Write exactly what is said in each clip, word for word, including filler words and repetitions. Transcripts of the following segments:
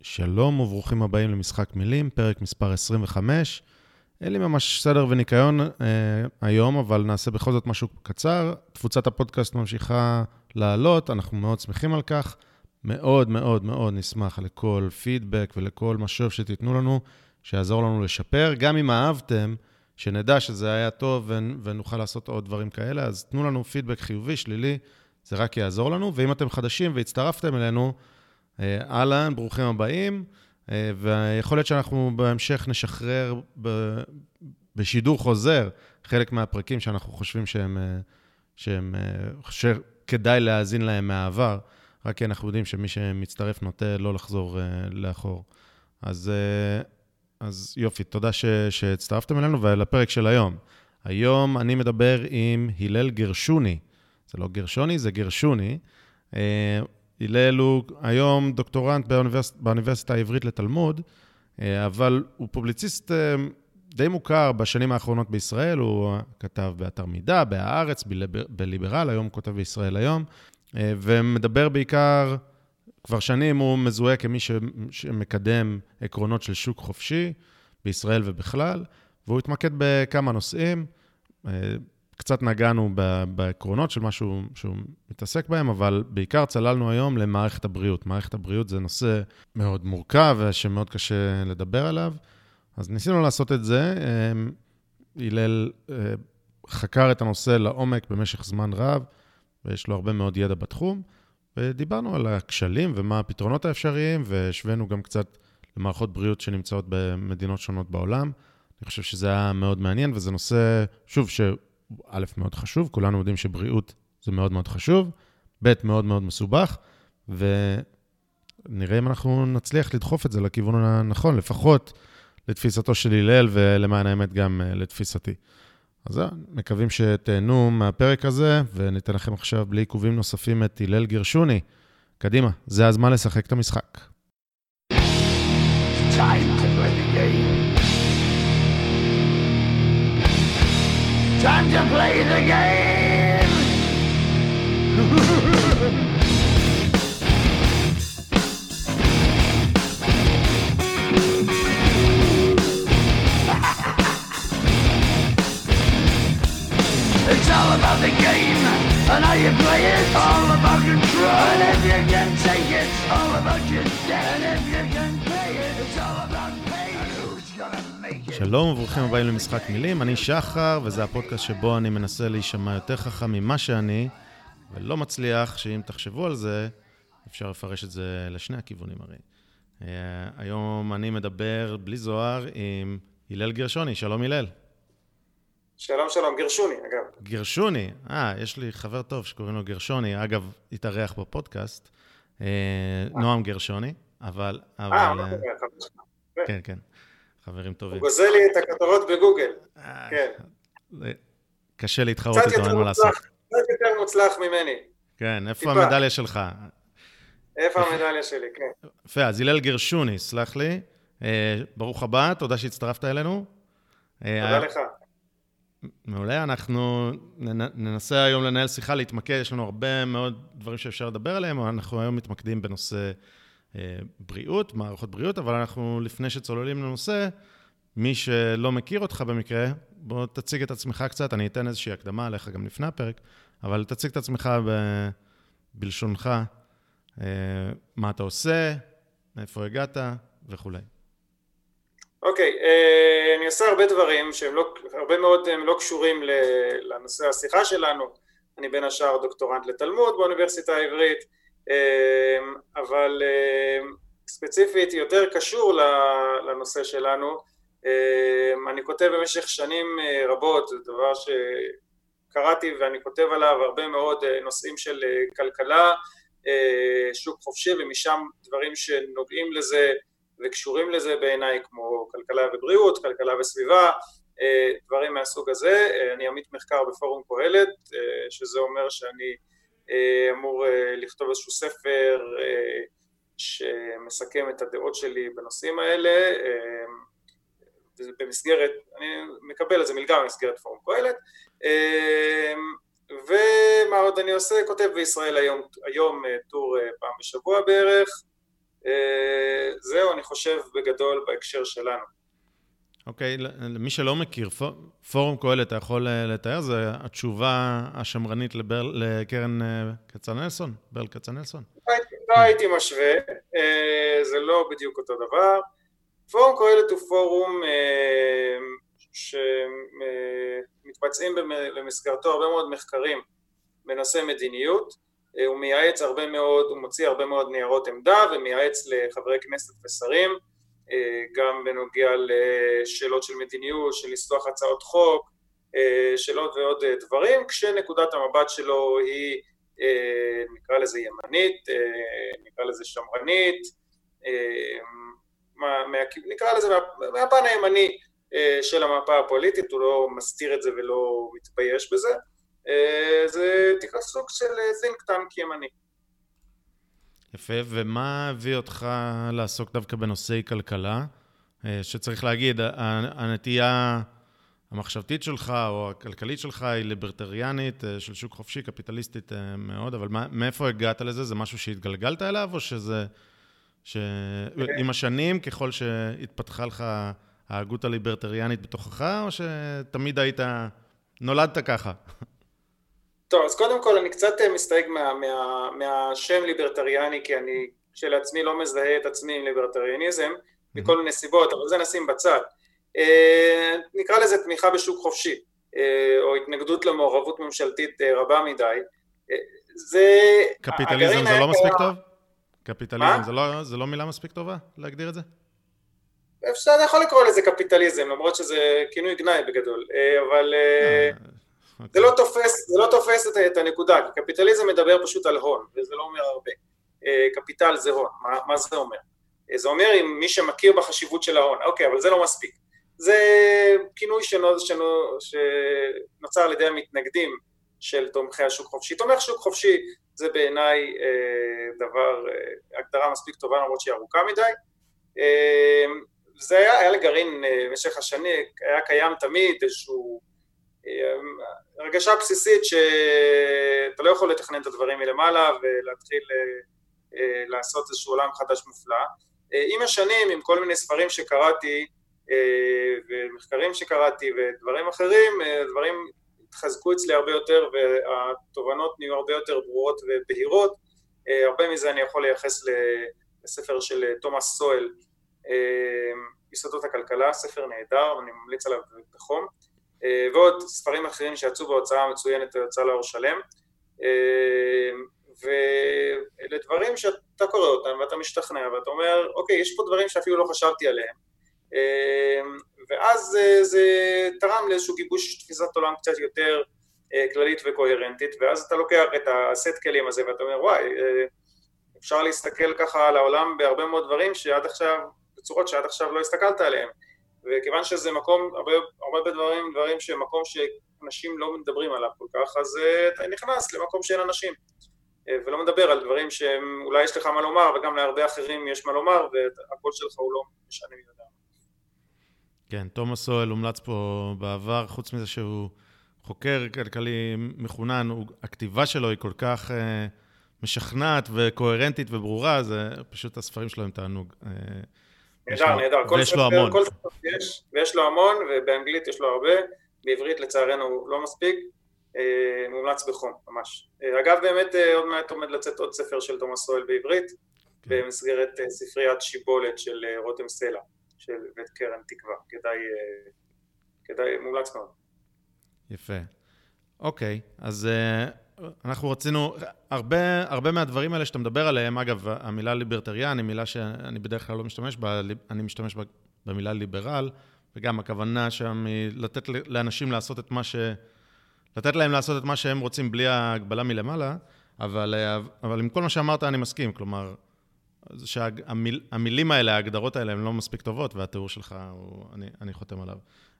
שלום וברוכים הבאים למשחק מילים, פרק מספר עשרים וחמש. אין לי ממש סדר וניקיון אה, היום, אבל נעשה בכל זאת משהו קצר. תפוצת הפודקאסט ממשיכה לעלות, אנחנו מאוד שמחים על כך. מאוד מאוד מאוד נשמח לכל פידבק ולכל משוב שתיתנו לנו, שיעזור לנו לשפר. גם אם אהבתם, שנדע שזה היה טוב ונוכל לעשות עוד דברים כאלה, אז תנו לנו פידבק חיובי, שלילי, זה רק יעזור לנו. ואם אתם חדשים והצטרפתם אלינו, אהלן, ברוכים הבאים, ויכול להיות שאנחנו בהמשך נשחרר בשידור חוזר חלק מהפרקים שאנחנו חושבים שהם, שהם, שכדאי להאזין להם מהעבר, רק כי אנחנו יודעים שמי שמצטרף נוטה לא לחזור לאחור. אז, אז יופי, תודה ש, שהצטרפתם אלינו ולפרק של היום. היום אני מדבר עם הלל גרשוני, זה לא גרשוני, זה גרשוני, הלל הוא היום דוקטורנט באוניברסיטה, באוניברסיטה העברית לתלמוד, אבל הוא פובליציסט די מוכר בשנים האחרונות בישראל, הוא כתב באתר מידע, בהארץ, בליברל, היום הוא כותב בישראל היום, ומדבר בעיקר, כבר שנים הוא מזוהה כמי שמקדם עקרונות של שוק חופשי בישראל ובכלל, והוא התמקד בכמה נושאים, קצת נגענו בעקרונות של מה שהוא, שהוא מתעסק בהם, אבל בעיקר צללנו היום למערכת הבריאות. מערכת הבריאות זה נושא מאוד מורכב ושמאוד קשה לדבר עליו, אז ניסינו לעשות את זה. הלל חקר את הנושא לעומק במשך זמן רב, ויש לו הרבה מאוד ידע בתחום, ודיברנו על הכשלים ומה הפתרונות האפשריים, והשווינו גם קצת למערכות בריאות שנמצאות במדינות שונות בעולם. אני חושב שזה היה מאוד מעניין, וזה נושא, שוב, ש... א', מאוד חשוב, כולנו יודעים שבריאות זה מאוד מאוד חשוב, ב', מאוד מאוד מסובך, ונראה אם אנחנו נצליח לדחוף את זה לכיוון הנכון, לפחות לתפיסתו של הלל, ולמען האמת גם לתפיסתי. אז מקווים שתהנו מהפרק הזה, וניתן לכם עכשיו בלי עיכובים נוספים את הלל גרשוני. קדימה, זה הזמן לשחק את המשחק. Time to play the game. Time to play the game! It's all about the game, and how you play it, all about control. And if you can take it, it's all about your debt. And if you can pay it, it's all about pain. And who's gonna make it? שלום וברוכים הבאים למשחק מילים, אני שחר, וזה הפודקאסט שבו אני מנסה להישמע יותר חכם ממה שאני, ולא מצליח שאם תחשבו על זה, אפשר לפרש את זה לשני הכיוונים הרי. היום אני מדבר בלי זוהר עם הלל גרשוני, שלום הלל. שלום שלום, גרשוני אגב. גרשוני, אה, יש לי חבר טוב שקוראים לו גרשוני, אגב, התארח בפודקאסט, נועם גרשוני, אבל... אה, מה קורה, חבר שלך? כן, כן. חברים טובים. הוא גוזל לי את הכותרות בגוגל. כן. קשה להתחרות איתו, אין מה לעשות. קצת יותר מוצלח ממני. כן, איפה המדליה שלך? איפה המדליה שלי, כן. יפה, אז הלל גרשוני, סלח לי. ברוך הבא, תודה שהצטרפת אלינו. תודה לך. מעולה, אנחנו ננסה היום לנהל שיחה, להתמקד, יש לנו הרבה מאוד דברים שאפשר לדבר עליהם, אנחנו היום מתמקדים בנושא בריאות, מערכות בריאות, אבל אנחנו לפני שצוללים לנושא, מי שלא מכיר אותך במקרה, בוא תציג את עצמך קצת, אני אתן איזושהי הקדמה עליך גם לפני הפרק, אבל תציג את עצמך ב... בלשונך, מה אתה עושה, מאיפה הגעת וכו'. אוקיי, אני עושה הרבה דברים שהם לא, הרבה מאוד הם לא קשורים לנושא השיחה שלנו, אני בין השאר דוקטורנט לתלמוד באוניברסיטה העברית, אבל ספציפית יותר קשור לנושא שלנו, אני כותב במשך שנים רבות, זה דבר שקראתי ואני כותב עליו הרבה מאוד נושאים של כלכלה, שוק חופשי ומשם דברים שנוגעים לזה וקשורים לזה בעיניי כמו כלכלה ובריאות, כלכלה וסביבה, דברים מהסוג הזה. אני עמית מחקר בפורום קהלת, שזה אומר שאני אמור לכתוב איזשהו ספר שמסכם את הדעות שלי בנושאים האלה, במסגרת, אני מקבל את זה מלגה במסגרת פורום קהלת, ומה עוד אני עושה? כותב בישראל היום, היום טור פעם בשבוע בערך, זהו. זהו, אני חושב, בגדול בהקשר שלנו. אוקיי, למי שלא מכיר, פורום קהלת, אתה יכול לתאר, זה התשובה השמרנית לקרן כצנלסון, ברל כצנלסון? לא הייתי משווה, זה לא בדיוק אותו דבר. פורום קהלת הוא פורום שמתבצעים במסגרתו הרבה מאוד מחקרים בנושא מדיניות, הוא מייעץ הרבה מאוד, הוא מוציא הרבה מאוד ניירות עמדה ומייעץ לחברי כנסת ושרים, גם בנוגע לשאלות של מדיניות, של ניסוח הצעות חוק, שאלות ועוד דברים, כשנקודת המבט שלו היא, נקרא לזה ימנית, נקרא לזה שמרנית, נקרא לזה מהפן הימני של המפה הפוליטית, הוא לא מסתיר את זה ולא מתבייש בזה, זה סוג של think tank ימני. יפה, ומה הביא אותך לעסוק דווקא בנושאי כלכלה? שצריך להגיד, הנטייה המחשבתית שלך או הכלכלית שלך היא ליברטריאנית, של שוק חופשי, קפיטליסטית מאוד, אבל מאיפה הגעת לזה? זה משהו שהתגלגלת אליו, או שזה, שעם השנים, ככל שהתפתחה לך ההגות הליברטריאנית בתוכך, או שתמיד היית, נולדת ככה? טוב, אז קודם כל אני קצת מסתייג מה, מה, מהשם ליברטריאני, כי אני שלעצמי לא מזהה את עצמי עם ליברטריאניזם, מכל מיני סיבות, אבל זה נשים בצד. אה, נקרא לזה תמיכה בשוק חופשי, אה, או התנגדות למעורבות ממשלתית אה, רבה מדי. אה, זה... קפיטליזם זה לא מספיק טוב? קפיטליזם זה לא, זה לא מילה מספיק טובה להגדיר את זה? אפשר, אני יכול לקרוא לזה קפיטליזם, למרות שזה כינוי גנאי בגדול, אה, אבל... אה, זה לא תופס, זה לא תופס את, את הנקודה, כי קפיטליזם מדבר פשוט על הון, וזה לא אומר הרבה. קפיטל זה הון, מה, מה זה אומר? זה אומר אם מי שמכיר בחשיבות של ההון, אוקיי, אבל זה לא מספיק. זה כינוי שנוצר, שנוצר על ידי המתנגדים של תומכי השוק חופשי. תומך שוק חופשי זה בעיניי דבר, הגדרה מספיק טובה, למרות שהיא ארוכה מדי. זה היה, היה לגרעין במשך השני, היה קיים תמיד איזשהו הרגשה בסיסית שאתה לא יכול לתכנן את הדברים מלמעלה ולהתחיל לעשות איזשהו עולם חדש מופלא. עם השנים, עם כל מיני ספרים שקראתי ומחקרים שקראתי ודברים אחרים, דברים התחזקו אצלי הרבה יותר והתובנות נהיו הרבה יותר ברורות ובהירות. הרבה מזה אני יכול לייחס לספר של תומאס סואל, יסודות הכלכלה, ספר נהדר, אני ממליץ עליו בחום. ועוד ספרים אחרים שיצאו בהוצאה המצוינת, ההוצאה לאור שלם, ואלה דברים שאתה קורא אותם ואתה משתכנע ואתה אומר, אוקיי, יש פה דברים שאפילו לא חשבתי עליהם, ואז זה תרם לאיזשהו גיבוש תפיסת עולם קצת יותר כללית וקוהרנטית, ואז אתה לוקח את הסט כלים הזה ואתה אומר, וואי, אפשר להסתכל ככה על העולם בהרבה מאוד דברים שעד עכשיו, בצורות שעד עכשיו לא הסתכלת עליהם, וכיוון שזה מקום, הרבה, הרבה דברים, דברים שמקום שאנשים לא מדברים עליו כל כך, אז אתה נכנס למקום שאין אנשים, ולא מדבר על דברים שאולי יש לך מה לומר, וגם להרבה אחרים יש מה לומר, והקול שלך הוא לא משנה מי יודע. כן, תומאס סואל הומלץ פה בעבר, חוץ מזה שהוא חוקר כלכלי מחונן, הכתיבה שלו היא כל כך משכנעת וקוהרנטית וברורה, זה פשוט הספרים שלו הם תענוג. נהדר, נהדר, כל ספר, כל ספר יש, ויש לו המון, ובאנגלית יש לו הרבה, בעברית לצערנו לא מספיק, מומלץ בחום, ממש. אגב, באמת עוד מעט עומד לצאת עוד ספר של תומאס סואל בעברית, במסגרת ספריית שיבולת של רותם סלע, של בית קרן תקווה, כדאי, כדאי, מומלץ מאוד. יפה. אוקיי, אז אנחנו רצינו, הרבה, הרבה מהדברים האלה שאתה מדבר עליהם, אגב, המילה ליברטריאן היא מילה שאני בדרך כלל לא משתמש בה, אני משתמש במילה ליברל, וגם הכוונה שם היא לתת לאנשים לעשות את מה ש... לתת להם לעשות את מה שהם רוצים בלי ההגבלה מלמעלה, אבל, אבל עם כל מה שאמרת אני מסכים, כלומר, שהמילים האלה, ההגדרות האלה, הן לא מספיק טובות, והתיאור שלך, הוא, אני, אני חותם עליו.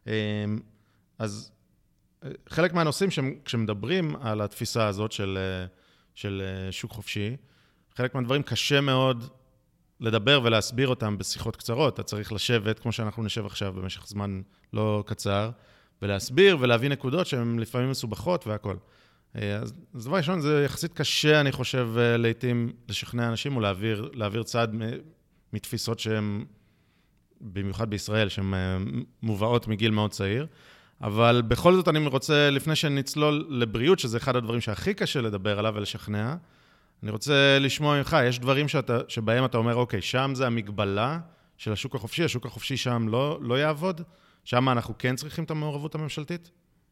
אז חלק מהנושאים כשמדברים על התפיסה הזאת של, של שוק חופשי, חלק מהדברים קשה מאוד לדבר ולהסביר אותם בשיחות קצרות. אתה צריך לשבת, כמו שאנחנו נשב עכשיו במשך זמן לא קצר, ולהסביר ולהביא נקודות שהן לפעמים מסובכות והכל. אז דבר ראשון, זה יחסית קשה, אני חושב, לעתים לשכנע אנשים או להעביר, להעביר צעד מתפיסות שהן, במיוחד בישראל, שהן מובאות מגיל מאוד צעיר. אבל בכל זאת אני רוצה, לפני שנצלול לבריאות, שזה אחד הדברים שהכי קשה לדבר עליו ולשכנע, אני רוצה לשמוע ממך, יש דברים שאתה, שבהם אתה אומר, אוקיי, שם זה המגבלה של השוק החופשי, השוק החופשי שם לא, לא יעבוד? שם אנחנו כן צריכים את המעורבות הממשלתית?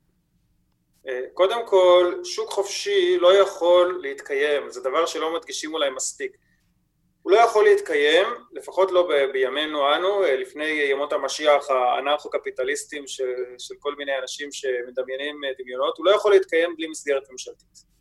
קודם כל, שוק חופשי לא יכול להתקיים, זה דבר שלא מדגישים אולי מספיק. הוא לא יכול להתקיים, לפחות לא ב- בימינו אנו, לפני ימות המשיח האנרכו-קפיטליסטים של, של כל מיני אנשים שמדמיינים דמיונות, הוא לא יכול להתקיים בלי מסגרת ממשלתית.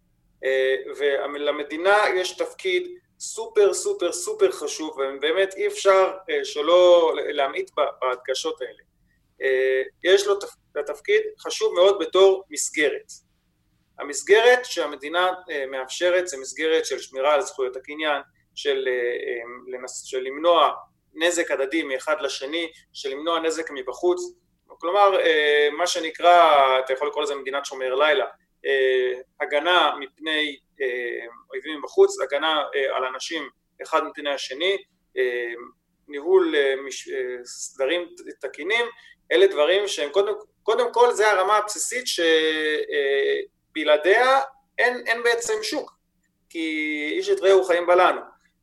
ולמדינה יש תפקיד סופר סופר סופר חשוב, ובאמת אי אפשר שלא להמעיט בהדגשות האלה. יש לו תפקיד חשוב מאוד בתור מסגרת. המסגרת שהמדינה מאפשרת זה מסגרת של שמירה על זכויות הקניין, של, של למנוע נזק הדדי מאחד לשני, של למנוע נזק מבחוץ, כלומר מה שנקרא, אתה יכול לקרוא לזה מדינת שומר לילה, הגנה מפני אויבים מבחוץ, הגנה על אנשים אחד מפני השני, ניהול סדרים תקינים, אלה דברים שהם קודם, קודם כל זה הרמה הבסיסית שבלעדיה אין, אין בעצם שוק, כי איש את רעהו חיים בלנו,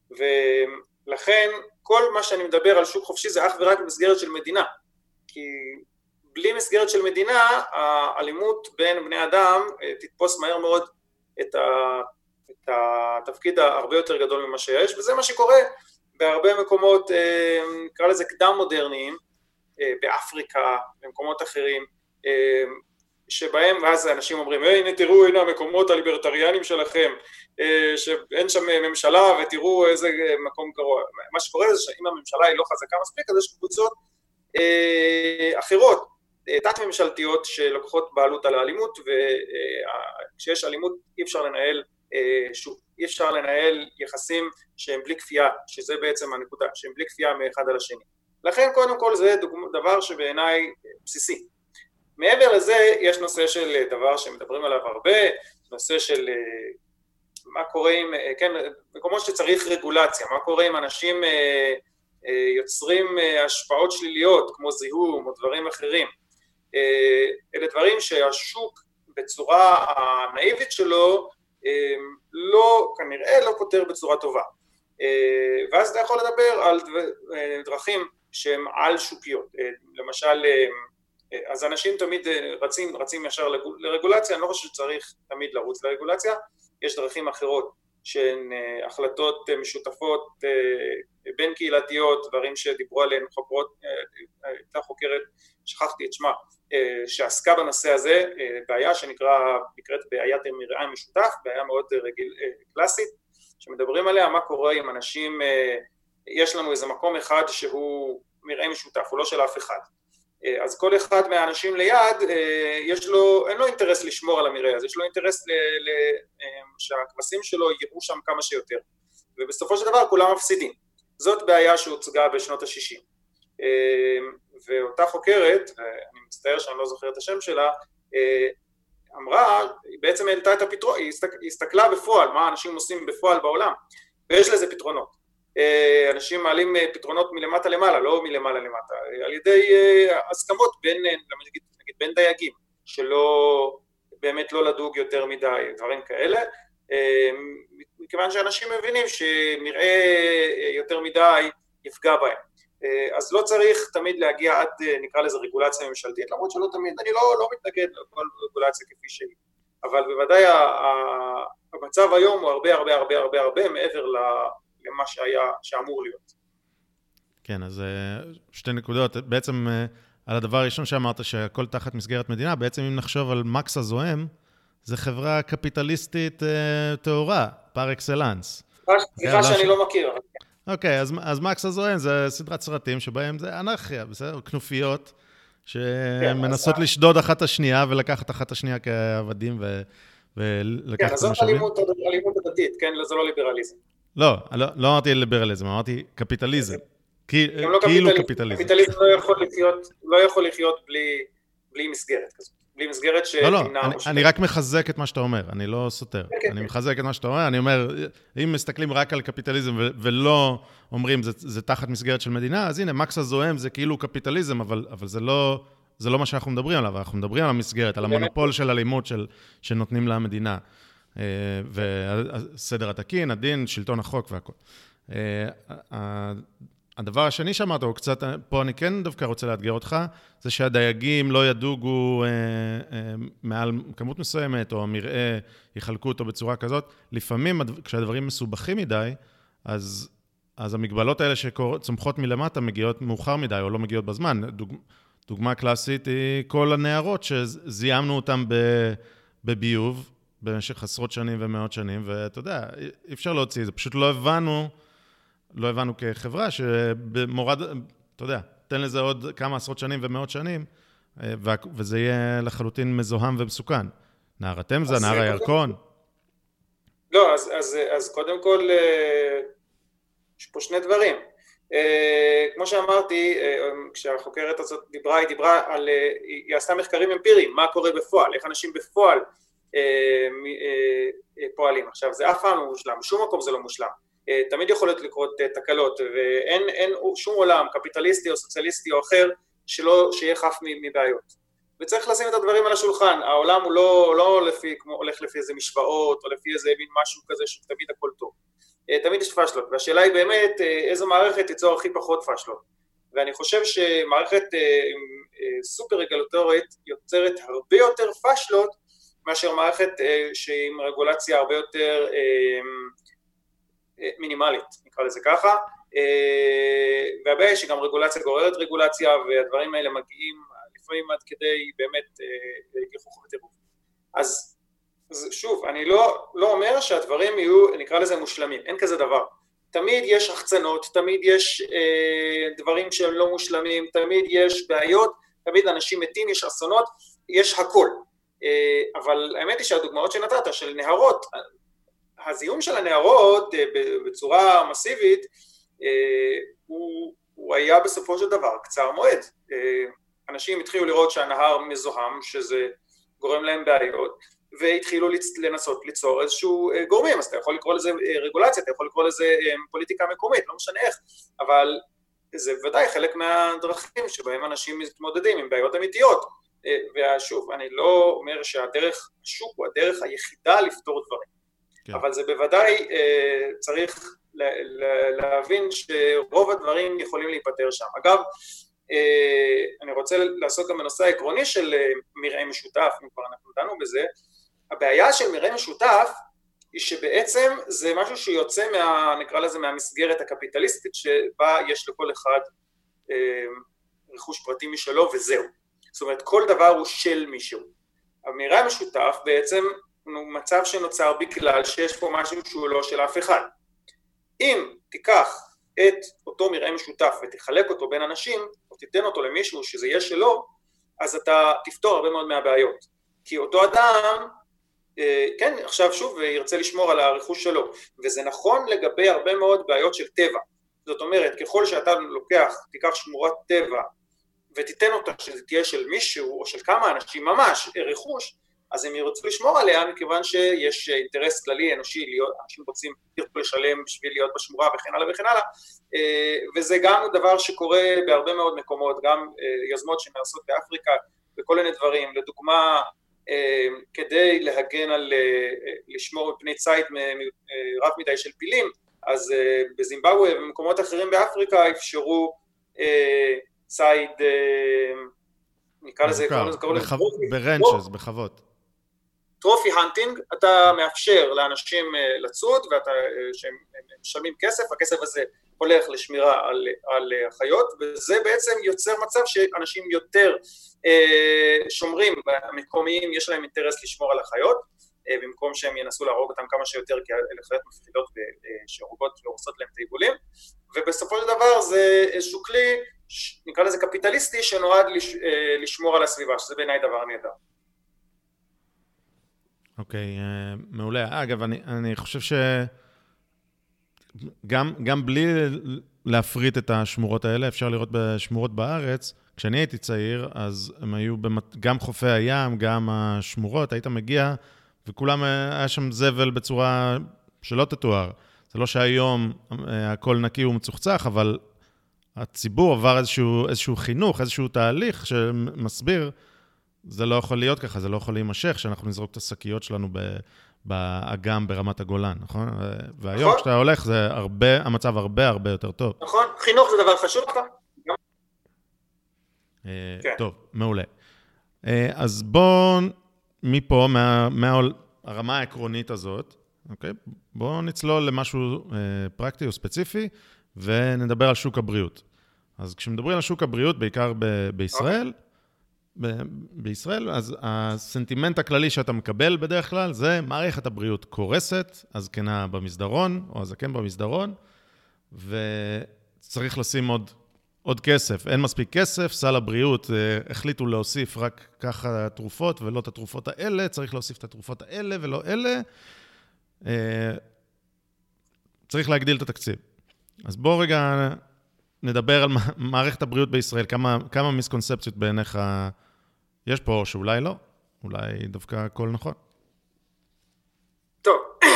ולכן כל מה שאני מדבר על שוק חופשי זה אך ורק במסגרת של מדינה, כי בלי מסגרת של מדינה, האלימות בין בני אדם תתפוס מהר מאוד את, ה, את התפקיד הרבה יותר גדול ממה שיש, וזה מה שקורה בהרבה מקומות, נקרא לזה קדם מודרניים, באפריקה, במקומות אחרים, שבהם, ואז האנשים אומרים, הנה תראו, הנה המקומות הליברטריאנים שלכם, שאין שם ממשלה ותראו איזה מקום גרוע. מה שקורה זה שאם הממשלה היא לא חזקה מספיק, אז יש קבוצות אחרות, תת ממשלתיות שלוקחות בעלות על האלימות, וכשיש אלימות אי אפשר לנהל, שוב, אי אפשר לנהל יחסים שהם בלי כפייה, שזה בעצם הנקודה, שהם בלי כפייה מאחד על השני. לכן קודם כל זה דבר שבעיניי בסיסי. מעבר לזה יש נושא של דבר שמדברים עליו הרבה, נושא של מה קורה עם, כן, מקומות שצריך רגולציה, מה קורה עם אנשים יוצרים השפעות שליליות כמו זיהום או דברים אחרים. אלה דברים שהשוק בצורה הנאיבית שלו לא, כנראה לא פותר בצורה טובה. ואז אתה יכול לדבר על דרכים שהן על שוקיות, למשל, אז אנשים תמיד רצים, רצים ישר לרגולציה, אני לא חושב שצריך תמיד לרוץ לרגולציה, יש דרכים אחרות שהן החלטות משותפות בין קהילתיות, דברים שדיברו עליהן חוקרות, הייתה חוקרת, שכחתי את שמה, שעסקה בנושא הזה, בעיה שנקרא, נקראת בעיית מרעה משותף, בעיה מאוד רגיל, קלאסית, שמדברים עליה, מה קורה עם אנשים, יש לנו איזה מקום אחד שהוא מרעה משותף, הוא לא של אף אחד. אז כל אחד מהאנשים ליד, יש לו, אין לו אינטרס לשמור על המרעה, אז יש לו אינטרס ל, ל, שהכבשים שלו יראו שם כמה שיותר. ובסופו של דבר כולם מפסידים. זאת בעיה שהוצגה בשנות ה-שישים. ואותה חוקרת, ואני מצטער שאני לא זוכר את השם שלה, אמרה, היא בעצם העלתה את הפתרון, היא הסתכלה בפועל, מה האנשים עושים בפועל בעולם, ויש לזה פתרונות. אנשים מעלים פתרונות מלמטה למעלה, לא מלמעלה למטה, על ידי הסכמות בין, נגיד, נגיד, בין דייגים, שלא, באמת לא לדוג יותר מדי, דברים כאלה, מכיוון שאנשים מבינים שמראה יותר מדי יפגע בהם. אז לא צריך תמיד להגיע עד, נקרא לזה רגולציה ממשלתית, למרות שלא תמיד, אני לא, לא מתנגד לכל רגולציה כפי שהיא, אבל בוודאי המצב היום הוא הרבה הרבה הרבה הרבה הרבה מעבר למה שהיה, שאמור להיות. כן, אז שתי נקודות, בעצם על הדבר הראשון שאמרת שהכל תחת מסגרת מדינה, בעצם אם נחשוב על מקס הזוהם, זה חברה קפיטליסטית תאורה, פר אקסלנס. סליחה שאני לא מכיר. אוקיי, אז, אז מקס הזוהם זה סדרת סרטים שבהם זה אנרכיה, בסדר? כנופיות שמנסות כן, לשדוד אחת השנייה ולקחת אחת השנייה כעבדים ו... ולקחת כן, אז זאת אלימות, אלימות הדתית, כן? זה לא ליברליזם. לא, לא, לא אמרתי ליברליזם, אמרתי קפיטליזם. כאילו קפיטליזם. קפיטליזם. קפיטליזם לא יכול לחיות, לא יכול לחיות בלי, בלי מסגרת כזאת. בלי מסגרת לא, לא, שתמנע... אני, אני רק מחזק את מה שאתה אומר, אני לא סותר. כן, כן, אני כן. מחזק את מה שאתה אומר, אני אומר, אם מסתכלים רק על קפיטליזם ו- ולא אומרים, זה, זה תחת מסגרת של מדינה, אז הנה, מקס הזוהם זה כאילו קפיטליזם, אבל, אבל זה לא, זה לא מה שאנחנו מדברים עליו, אנחנו מדברים על המסגרת, על המונופול של אלימות של, שנותנים למדינה, וסדר התקין, הדין, שלטון החוק והכל. הדבר השני שאמרת, או קצת, פה אני כן דווקא רוצה לאתגר אותך, זה שהדייגים לא ידוגו אה, אה, מעל כמות מסוימת, או המראה יחלקו אותו בצורה כזאת. לפעמים, כשהדברים מסובכים מדי, אז, אז המגבלות האלה שצומחות מלמטה מגיעות מאוחר מדי, או לא מגיעות בזמן. דוג, דוגמה קלאסית היא כל הנערות שזיימנו אותם בביוב, במשך עשרות שנים ומאות שנים, ואתה יודע, אי אפשר להוציא, זה פשוט לא הבנו, לא הבנו כחברה שבמורד, אתה יודע, תן לזה עוד כמה עשרות שנים ומאות שנים, וזה יהיה לחלוטין מזוהם ומסוכן. נהר התמזה, נהר הירקון. לא, אז, אז, אז קודם כל, יש פה שני דברים. כמו שאמרתי, כשהחוקרת הזאת דיברה, היא דיברה על, היא עשתה מחקרים אמפיריים, מה קורה בפועל, איך אנשים בפועל פועלים. עכשיו, זה אף פעם לא מושלם, בשום מקום זה לא מושלם. תמיד יכולות לקרות תקלות, ואין אין שום עולם קפיטליסטי או סוציאליסטי או אחר שלא, שיהיה חף מבעיות. וצריך לשים את הדברים על השולחן, העולם הוא לא, לא לפי, כמו, הולך לפי איזה משוואות, או לפי איזה מין משהו כזה שתמיד הכל טוב. תמיד יש פשלות, והשאלה היא באמת איזו מערכת תיצור הכי פחות פשלות. ואני חושב שמערכת סופר רגולטורית יוצרת הרבה יותר פשלות, מאשר מערכת שעם רגולציה הרבה יותר מינימלית, נקרא לזה ככה, והבעיה היא שגם רגולציה גוררת רגולציה, והדברים האלה מגיעים לפעמים עד כדי באמת גיחוך וטירוף. אז, אז שוב, אני לא, לא אומר שהדברים יהיו, נקרא לזה מושלמים, אין כזה דבר. תמיד יש החצנות, תמיד יש אה, דברים שהם לא מושלמים, תמיד יש בעיות, תמיד אנשים מתים, יש אסונות, יש הכל. אה, אבל האמת היא שהדוגמאות שנתת של נהרות, הזיהום של הנהרות אה, בצורה מסיבית, אה, הוא, הוא היה בסופו של דבר קצר מועד. אה, אנשים התחילו לראות שהנהר מזוהם, שזה גורם להם בעיות, והתחילו לנסות ליצור איזשהו גורמים, אז אתה יכול לקרוא לזה רגולציה, אתה יכול לקרוא לזה פוליטיקה מקומית, לא משנה איך, אבל זה ודאי חלק מהדרכים שבהם אנשים מתמודדים עם בעיות אמיתיות, ושוב, אני לא אומר שהדרך, השוק הוא הדרך היחידה לפתור דברים, כן. אבל זה בוודאי צריך להבין שרוב הדברים יכולים להיפטר שם. אגב, אני רוצה לעסוק גם בנושא העקרוני של מרעה משותף, אם כבר אנחנו דנו בזה. הבעיה של מרעה משותף היא שבעצם זה משהו שיוצא מה, נקרא לזה, מהמסגרת הקפיטליסטית שבה יש לכל אחד רכוש פרטי משלו וזהו. זאת אומרת, כל דבר הוא של מישהו. המרעה המשותף בעצם הוא מצב שנוצר בגלל שיש פה משהו שהוא לא של אף אחד. אם תיקח את אותו מרעה משותף ותחלק אותו בין אנשים, או תיתן אותו למישהו שזה יהיה שלו, אז אתה תפתור הרבה מאוד מהבעיות. כי אותו אדם, כן, עכשיו שוב, ירצה לשמור על הרכוש שלו. וזה נכון לגבי הרבה מאוד בעיות של טבע. זאת אומרת, ככל שאתה לוקח, תיקח שמורת טבע, ותיתן אותה שזה תהיה של מישהו, או של כמה אנשים ממש, רכוש, אז הם ירצו לשמור עליה, מכיוון שיש אינטרס כללי אנושי, להיות, אנשים רוצים לשלם בשביל להיות בשמורה וכן הלאה וכן הלאה, וזה גם דבר שקורה בהרבה מאוד מקומות, גם יוזמות שנעשות באפריקה, וכל מיני דברים, לדוגמה, כדי להגן על, לשמור מפני צייד רב מדי של פילים, אז בזימבבואה ובמקומות אחרים באפריקה אפשרו צייד, נקרא לזה, ברנצ'ס, בחוות. טרופי הנטינג, אתה מאפשר לאנשים לצוד, ואתה, שהם משלמים כסף, הכסף הזה הולך לשמירה על, על החיות, וזה בעצם יוצר מצב שאנשים יותר אה, שומרים, המקומיים יש להם אינטרס לשמור על החיות, אה, במקום שהם ינסו להרוג אותם כמה שיותר, כי אלה חיות מפחידות שהורגות והורסות להם את העיגולים, ובסופו של דבר זה איזשהו כלי, נקרא לזה קפיטליסטי, שנועד לש, אה, לשמור על הסביבה, שזה בעיניי דבר נהדר. אוקיי, מעולה. אגב, אני, אני חושב שגם גם בלי להפריט את השמורות האלה, אפשר לראות בשמורות בארץ, כשאני הייתי צעיר, אז הם היו במת... גם חופי הים, גם השמורות, היית מגיע, וכולם היה שם זבל בצורה שלא תתואר. זה לא שהיום הכל נקי ומצוחצח, אבל הציבור עבר איזשהו, איזשהו חינוך, איזשהו תהליך שמסביר, זה לא יכול להיות ככה, זה לא יכול להימשך, שאנחנו נזרוק את השקיות שלנו ב... באגם ברמת הגולן, נכון? והיום נכון. כשאתה הולך, זה הרבה, המצב הרבה הרבה יותר טוב. נכון, חינוך זה דבר חשוב לך. כן. טוב, מעולה. אז בואו, מפה, מה, מהרמה העקרונית הזאת, אוקיי? בואו נצלול למשהו פרקטי או ספציפי, ונדבר על שוק הבריאות. אז כשמדברים על שוק הבריאות, בעיקר ב- בישראל, אוקיי. ב- בישראל, אז הסנטימנט הכללי שאתה מקבל בדרך כלל, זה מערכת הבריאות קורסת, הזקנה במסדרון, או הזקן במסדרון, וצריך לשים עוד, עוד כסף. אין מספיק כסף, סל הבריאות, החליטו להוסיף רק ככה תרופות, ולא את התרופות האלה, צריך להוסיף את התרופות האלה ולא אלה. צריך להגדיל את התקציב. אז בואו רגע נדבר על מערכת הבריאות בישראל, כמה, כמה מיסקונספציות בעיניך יש פה, או שאולי לא, אולי דווקא הכל נכון. טוב,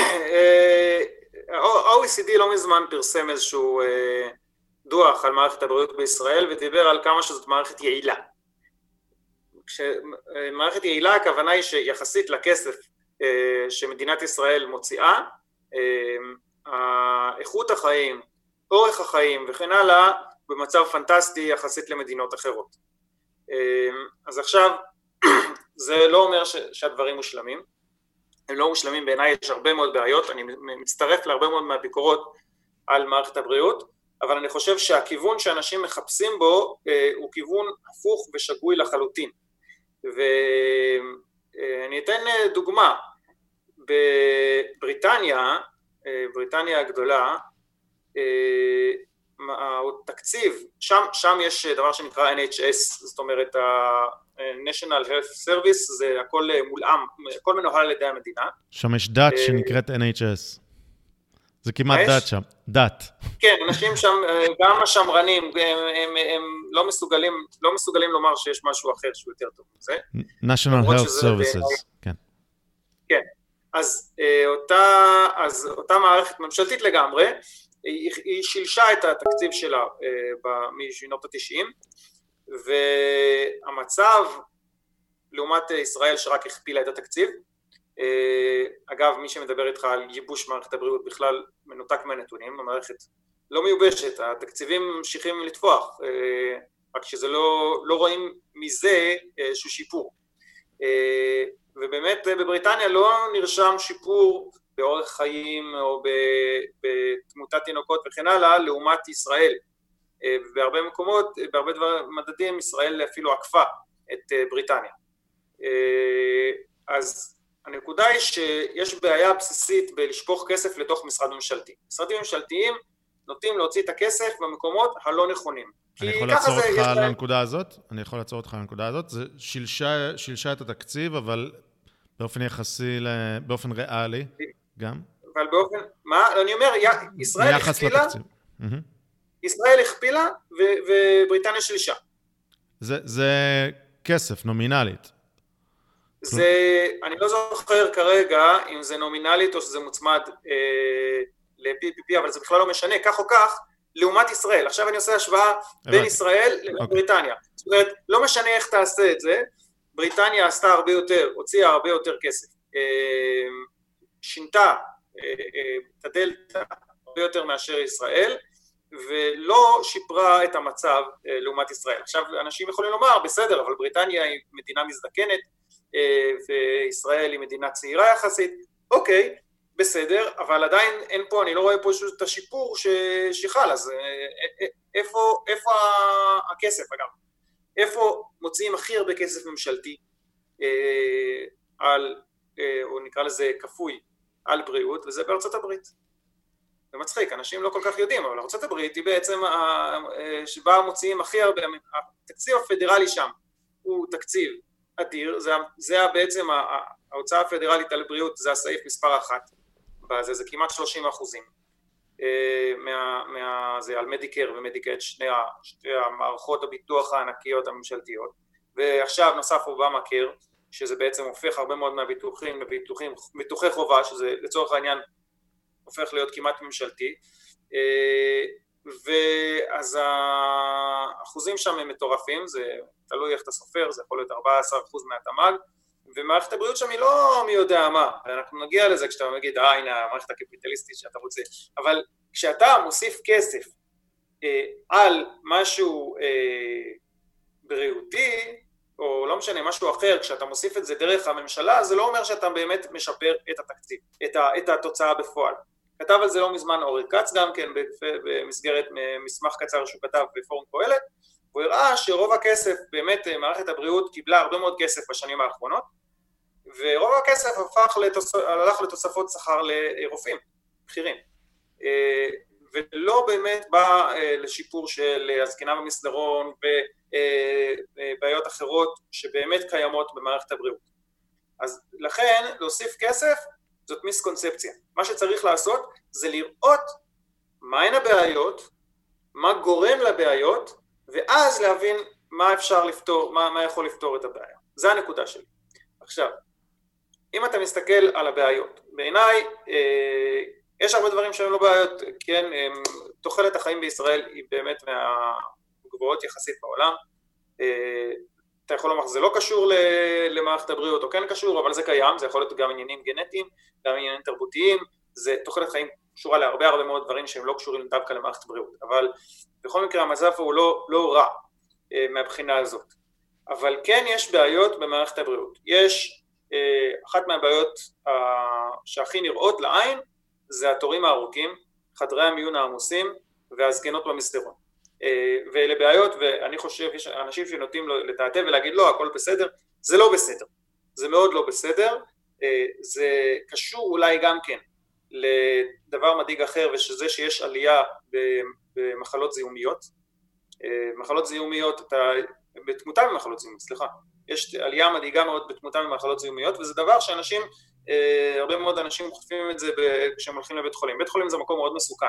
ה-או אי סי די לא מזמן פרסם איזשהו דוח על מערכת הבריאות בישראל, ודיבר על כמה שזאת מערכת יעילה. כשמערכת יעילה, הכוונה היא שיחסית לכסף שמדינת ישראל מוציאה, איכות החיים, אורך החיים וכן הלאה, במצב פנטסטי יחסית למדינות אחרות. אז עכשיו, זה לא אומר שהדברים מושלמים, הם לא מושלמים, בעיניי יש הרבה מאוד בעיות, אני מצטרף להרבה מאוד מהביקורות על מערכת הבריאות, אבל אני חושב שהכיוון שאנשים מחפשים בו הוא כיוון הפוך ושגוי לחלוטין. ואני אתן דוגמה, בבריטניה, בריטניה הגדולה, התקציב, שם, שם יש דבר שנקרא אן אייץ' אס, זאת אומרת ה-National Health Service, זה הכל מולאם, הכל מנוהל על ידי המדינה. שם יש דת שנקראת אן אייץ' אס. זה כמעט דת שם, דת. כן, אנשים שם, גם השמרנים, הם, הם, הם לא מסוגלים, לא מסוגלים לומר שיש משהו אחר שהוא יותר טוב מזה. National Health Services, כן. כן, אז אותה, אז אותה מערכת ממשלתית לגמרי, היא, היא שילשה את התקציב שלה משנות ה-תשעים, והמצב, לעומת ישראל שרק הכפילה את התקציב, אגב, מי שמדבר איתך על ייבוש מערכת הבריאות בכלל מנותק מהנתונים, המערכת לא מיובשת, התקציבים ממשיכים לתפוח, רק שזה לא, לא רואים מזה איזשהו שיפור. ובאמת בבריטניה לא נרשם שיפור באורך חיים או בתמותת תינוקות וכן הלאה, לעומת ישראל. בהרבה מקומות, בהרבה דבר, מדדים, ישראל אפילו עקפה את בריטניה. אז הנקודה היא שיש בעיה בסיסית בלשפוך כסף לתוך משרד ממשלתי. משרדים ממשלתיים נוטים להוציא את הכסף במקומות הלא נכונים. אני יכול לעצור אותך על הנקודה הזאת? אני יכול לעצור אותך על הנקודה הזאת? זה שילשה, שילשה את התקציב, אבל באופן יחסי, באופן ריאלי גם? אבל באופן, מה? אני אומר, ישראל הכפילה, ישראל הכפילה ובריטניה שילשה. זה, זה כסף, נומינלית. זה, אני לא זוכר כרגע אם זה נומינלית או שזה מוצמד אה, ל-פי פי פי, אבל זה בכלל לא משנה, כך או כך, לעומת ישראל. עכשיו אני עושה השוואה בין ישראל לבריטניה. זאת אומרת, לא משנה איך תעשה את זה, בריטניה עשתה הרבה יותר, הוציאה הרבה יותר כסף. אה, שינתה אה, אה, את הדלטה הרבה יותר מאשר ישראל, ולא שיפרה את המצב אה, לעומת ישראל. עכשיו אנשים יכולים לומר, בסדר, אבל בריטניה היא מדינה מזדקנת, וישראל היא מדינה צעירה יחסית, אוקיי, בסדר, אבל עדיין אין פה, אני לא רואה פה את השיפור שחל, אז איפה, איפה הכסף אגב? איפה מוציאים הכי הרבה כסף ממשלתי על, או נקרא לזה כפוי, על בריאות, וזה בארצות הברית. זה מצחיק, אנשים לא כל כך יודעים, אבל ארצות הברית היא בעצם שבה מוציאים הכי הרבה, התקציב הפדרלי שם הוא תקציב אדיר, זה, זה בעצם ההוצאה הפדרלית על בריאות, זה הסעיף מספר אחת, בזה, זה כמעט שלושים אחוזים. מה, מה, זה על מדיקר ומדיקט, שני, שני המערכות הביטוח הענקיות הממשלתיות, ועכשיו נוסף אובמה קר, שזה בעצם הופך הרבה מאוד מהביטוחים לביטוחים, ביטוחי חובה, שזה לצורך העניין הופך להיות כמעט ממשלתי, ואז האחוזים שם הם מטורפים, זה תלוי איך אתה סופר, זה יכול להיות ארבעה עשר אחוז מהתמ"ג, ומערכת הבריאות שם היא לא מי יודע מה, אנחנו נגיע לזה כשאתה מגיד, אה הנה המערכת הקפיטליסטית שאתה רוצה, אבל כשאתה מוסיף כסף אה, על משהו אה, בריאותי, או לא משנה, משהו אחר, כשאתה מוסיף את זה דרך הממשלה, זה לא אומר שאתה באמת משפר את התקציב, את, ה, את התוצאה בפועל. כתב על זה לא מזמן אורי כץ גם כן, במסגרת מסמך קצר שהוא כתב בפורום קהלת, הוא הראה שרוב הכסף, באמת מערכת הבריאות קיבלה הרבה מאוד כסף בשנים האחרונות, ורוב הכסף הפך לתוס... הלך לתוספות שכר לרופאים, בכירים, ולא באמת בא לשיפור של הזקנה במסדרון ובעיות אחרות שבאמת קיימות במערכת הבריאות. אז לכן להוסיף כסף זאת מיסקונספציה. מה שצריך לעשות זה לראות מהן הבעיות, מה גורם לבעיות, ואז להבין מה אפשר לפתור, מה, מה יכול לפתור את הבעיה. זה הנקודה שלי. עכשיו, אם אתה מסתכל על הבעיות, בעיניי אה, יש הרבה דברים שהם לא בעיות, כן, אה, תוחלת החיים בישראל היא באמת מהגבוהות יחסית בעולם, אה, אתה יכול לומר, זה לא קשור למערכת הבריאות, או כן קשור, אבל זה קיים, זה יכול להיות גם עניינים גנטיים, גם עניינים תרבותיים, זה תוחלת חיים קשורה להרבה הרבה מאוד דברים שהם לא קשורים דווקא למערכת הבריאות, אבל בכל מקרה המצב הוא לא, לא רע אה, מהבחינה הזאת. אבל כן יש בעיות במערכת הבריאות. יש אה, אחת מהבעיות אה, שהכי נראות לעין, זה התורים הארוכים, חדרי המיון העמוסים והזקנות במסדרון. ואלה בעיות, ואני חושב, יש אנשים שנוטים לתעתב ולהגיד לא, הכל בסדר, זה לא בסדר, זה מאוד לא בסדר, זה קשור אולי גם כן לדבר מדאיג אחר, ושזה שיש עלייה במחלות זיהומיות, מחלות זיהומיות, בתמותה ממחלות זיהומיות, סליחה, יש עלייה מדאיגה מאוד בתמותה ממחלות זיהומיות, וזה דבר שאנשים, הרבה מאוד אנשים חושבים את זה כשהם הולכים לבית חולים, בית חולים זה מקום מאוד מסוכן,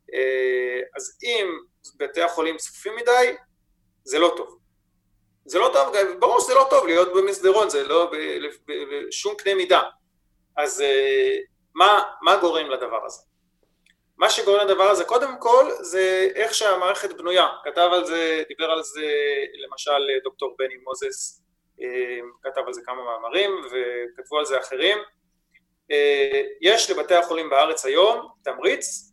אז אם בתי החולים צפופים מדי, זה לא טוב. זה לא טוב, ברור שזה לא טוב להיות במסדרון, זה לא בשום קנה מידה. אז מה, מה גורם לדבר הזה? מה שגורם לדבר הזה, קודם כל, זה איך שהמערכת בנויה. כתב על זה, דיבר על זה, למשל, דוקטור בני מוזס, כתב על זה כמה מאמרים, וכתבו על זה אחרים. יש לבתי החולים בארץ היום תמריץ,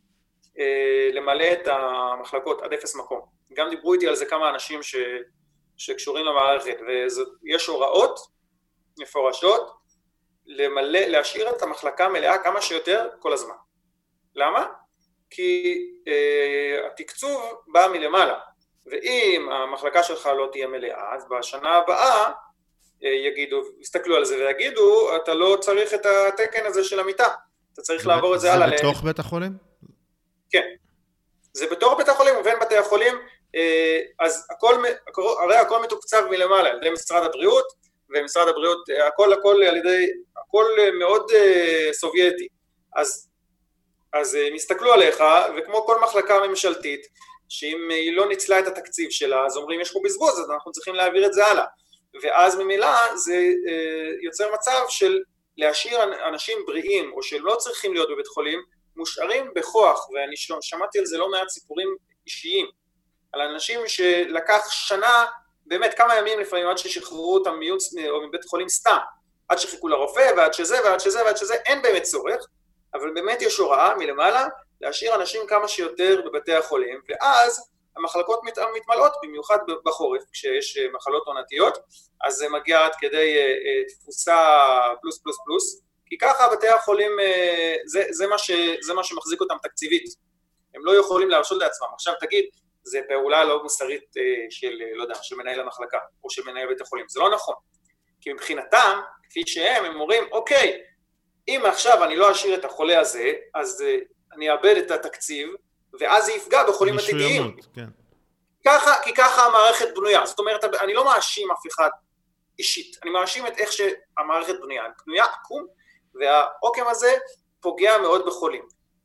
למלא את המחלקות עד אפס מקום. גם דיברו איתי על זה כמה אנשים ש... שקשורים למערכת, ויש הוראות מפורשות למלא, להשאיר את המחלקה מלאה כמה שיותר כל הזמן. למה? כי אה, התקצוב בא מלמעלה, ואם המחלקה שלך לא תהיה מלאה, אז בשנה הבאה אה, יגידו, יסתכלו על זה ויגידו, אתה לא צריך את התקן הזה של המיטה, אתה צריך לעבור את זה הלאה. זה בתוך בית החולים? כן, זה בתוך בית החולים ובין בתי החולים, אז הכל, הרי הכל מתוקצב מלמעלה, על ידי משרד הבריאות, ומשרד הבריאות, הכל, הכל על ידי, הכל מאוד סובייטי, אז, אז הם הסתכלו עליך, וכמו כל מחלקה ממשלתית, שאם היא לא ניצלה את התקציב שלה, אז אומרים יש פה בזבוז, אז אנחנו צריכים להעביר את זה הלאה, ואז ממילא זה יוצר מצב של להשאיר אנשים בריאים, או שלא צריכים להיות בבית חולים, מושארים בכוח, ואני שמעתי על זה לא מעט סיפורים אישיים, על אנשים שלקח שנה, באמת כמה ימים לפעמים עד ששחררו אותם מיוץ או מבית חולים סתם, עד שחיכו לרופא ועד שזה ועד שזה ועד שזה, אין באמת צורך, אבל באמת יש הוראה מלמעלה להשאיר אנשים כמה שיותר בבתי החולים, ואז המחלקות מת, מתמלאות, במיוחד בחורף, כשיש מחלות עונתיות, אז זה מגיע עד כדי תפוסה פלוס פלוס פלוס, כי ככה בתי החולים, זה, זה, מה ש, זה מה שמחזיק אותם תקציבית, הם לא יכולים להרשות לעצמם. עכשיו תגיד, זה פעולה לא מוסרית של, לא יודע, של מנהל המחלקה, או של מנהל בית החולים, זה לא נכון, כי מבחינתם, כפי שהם, הם אומרים, אוקיי, אם עכשיו אני לא אשאיר את החולה הזה, אז אני אאבד את התקציב, ואז זה יפגע בחולים עתידיים. כן. ככה, כי ככה המערכת בנויה, זאת אומרת, אני לא מאשים אף אחד אישית, אני מאשים את איך שהמערכת בנויה, בנויה עקום, והעוקם הזה פוגע מאוד בחולים.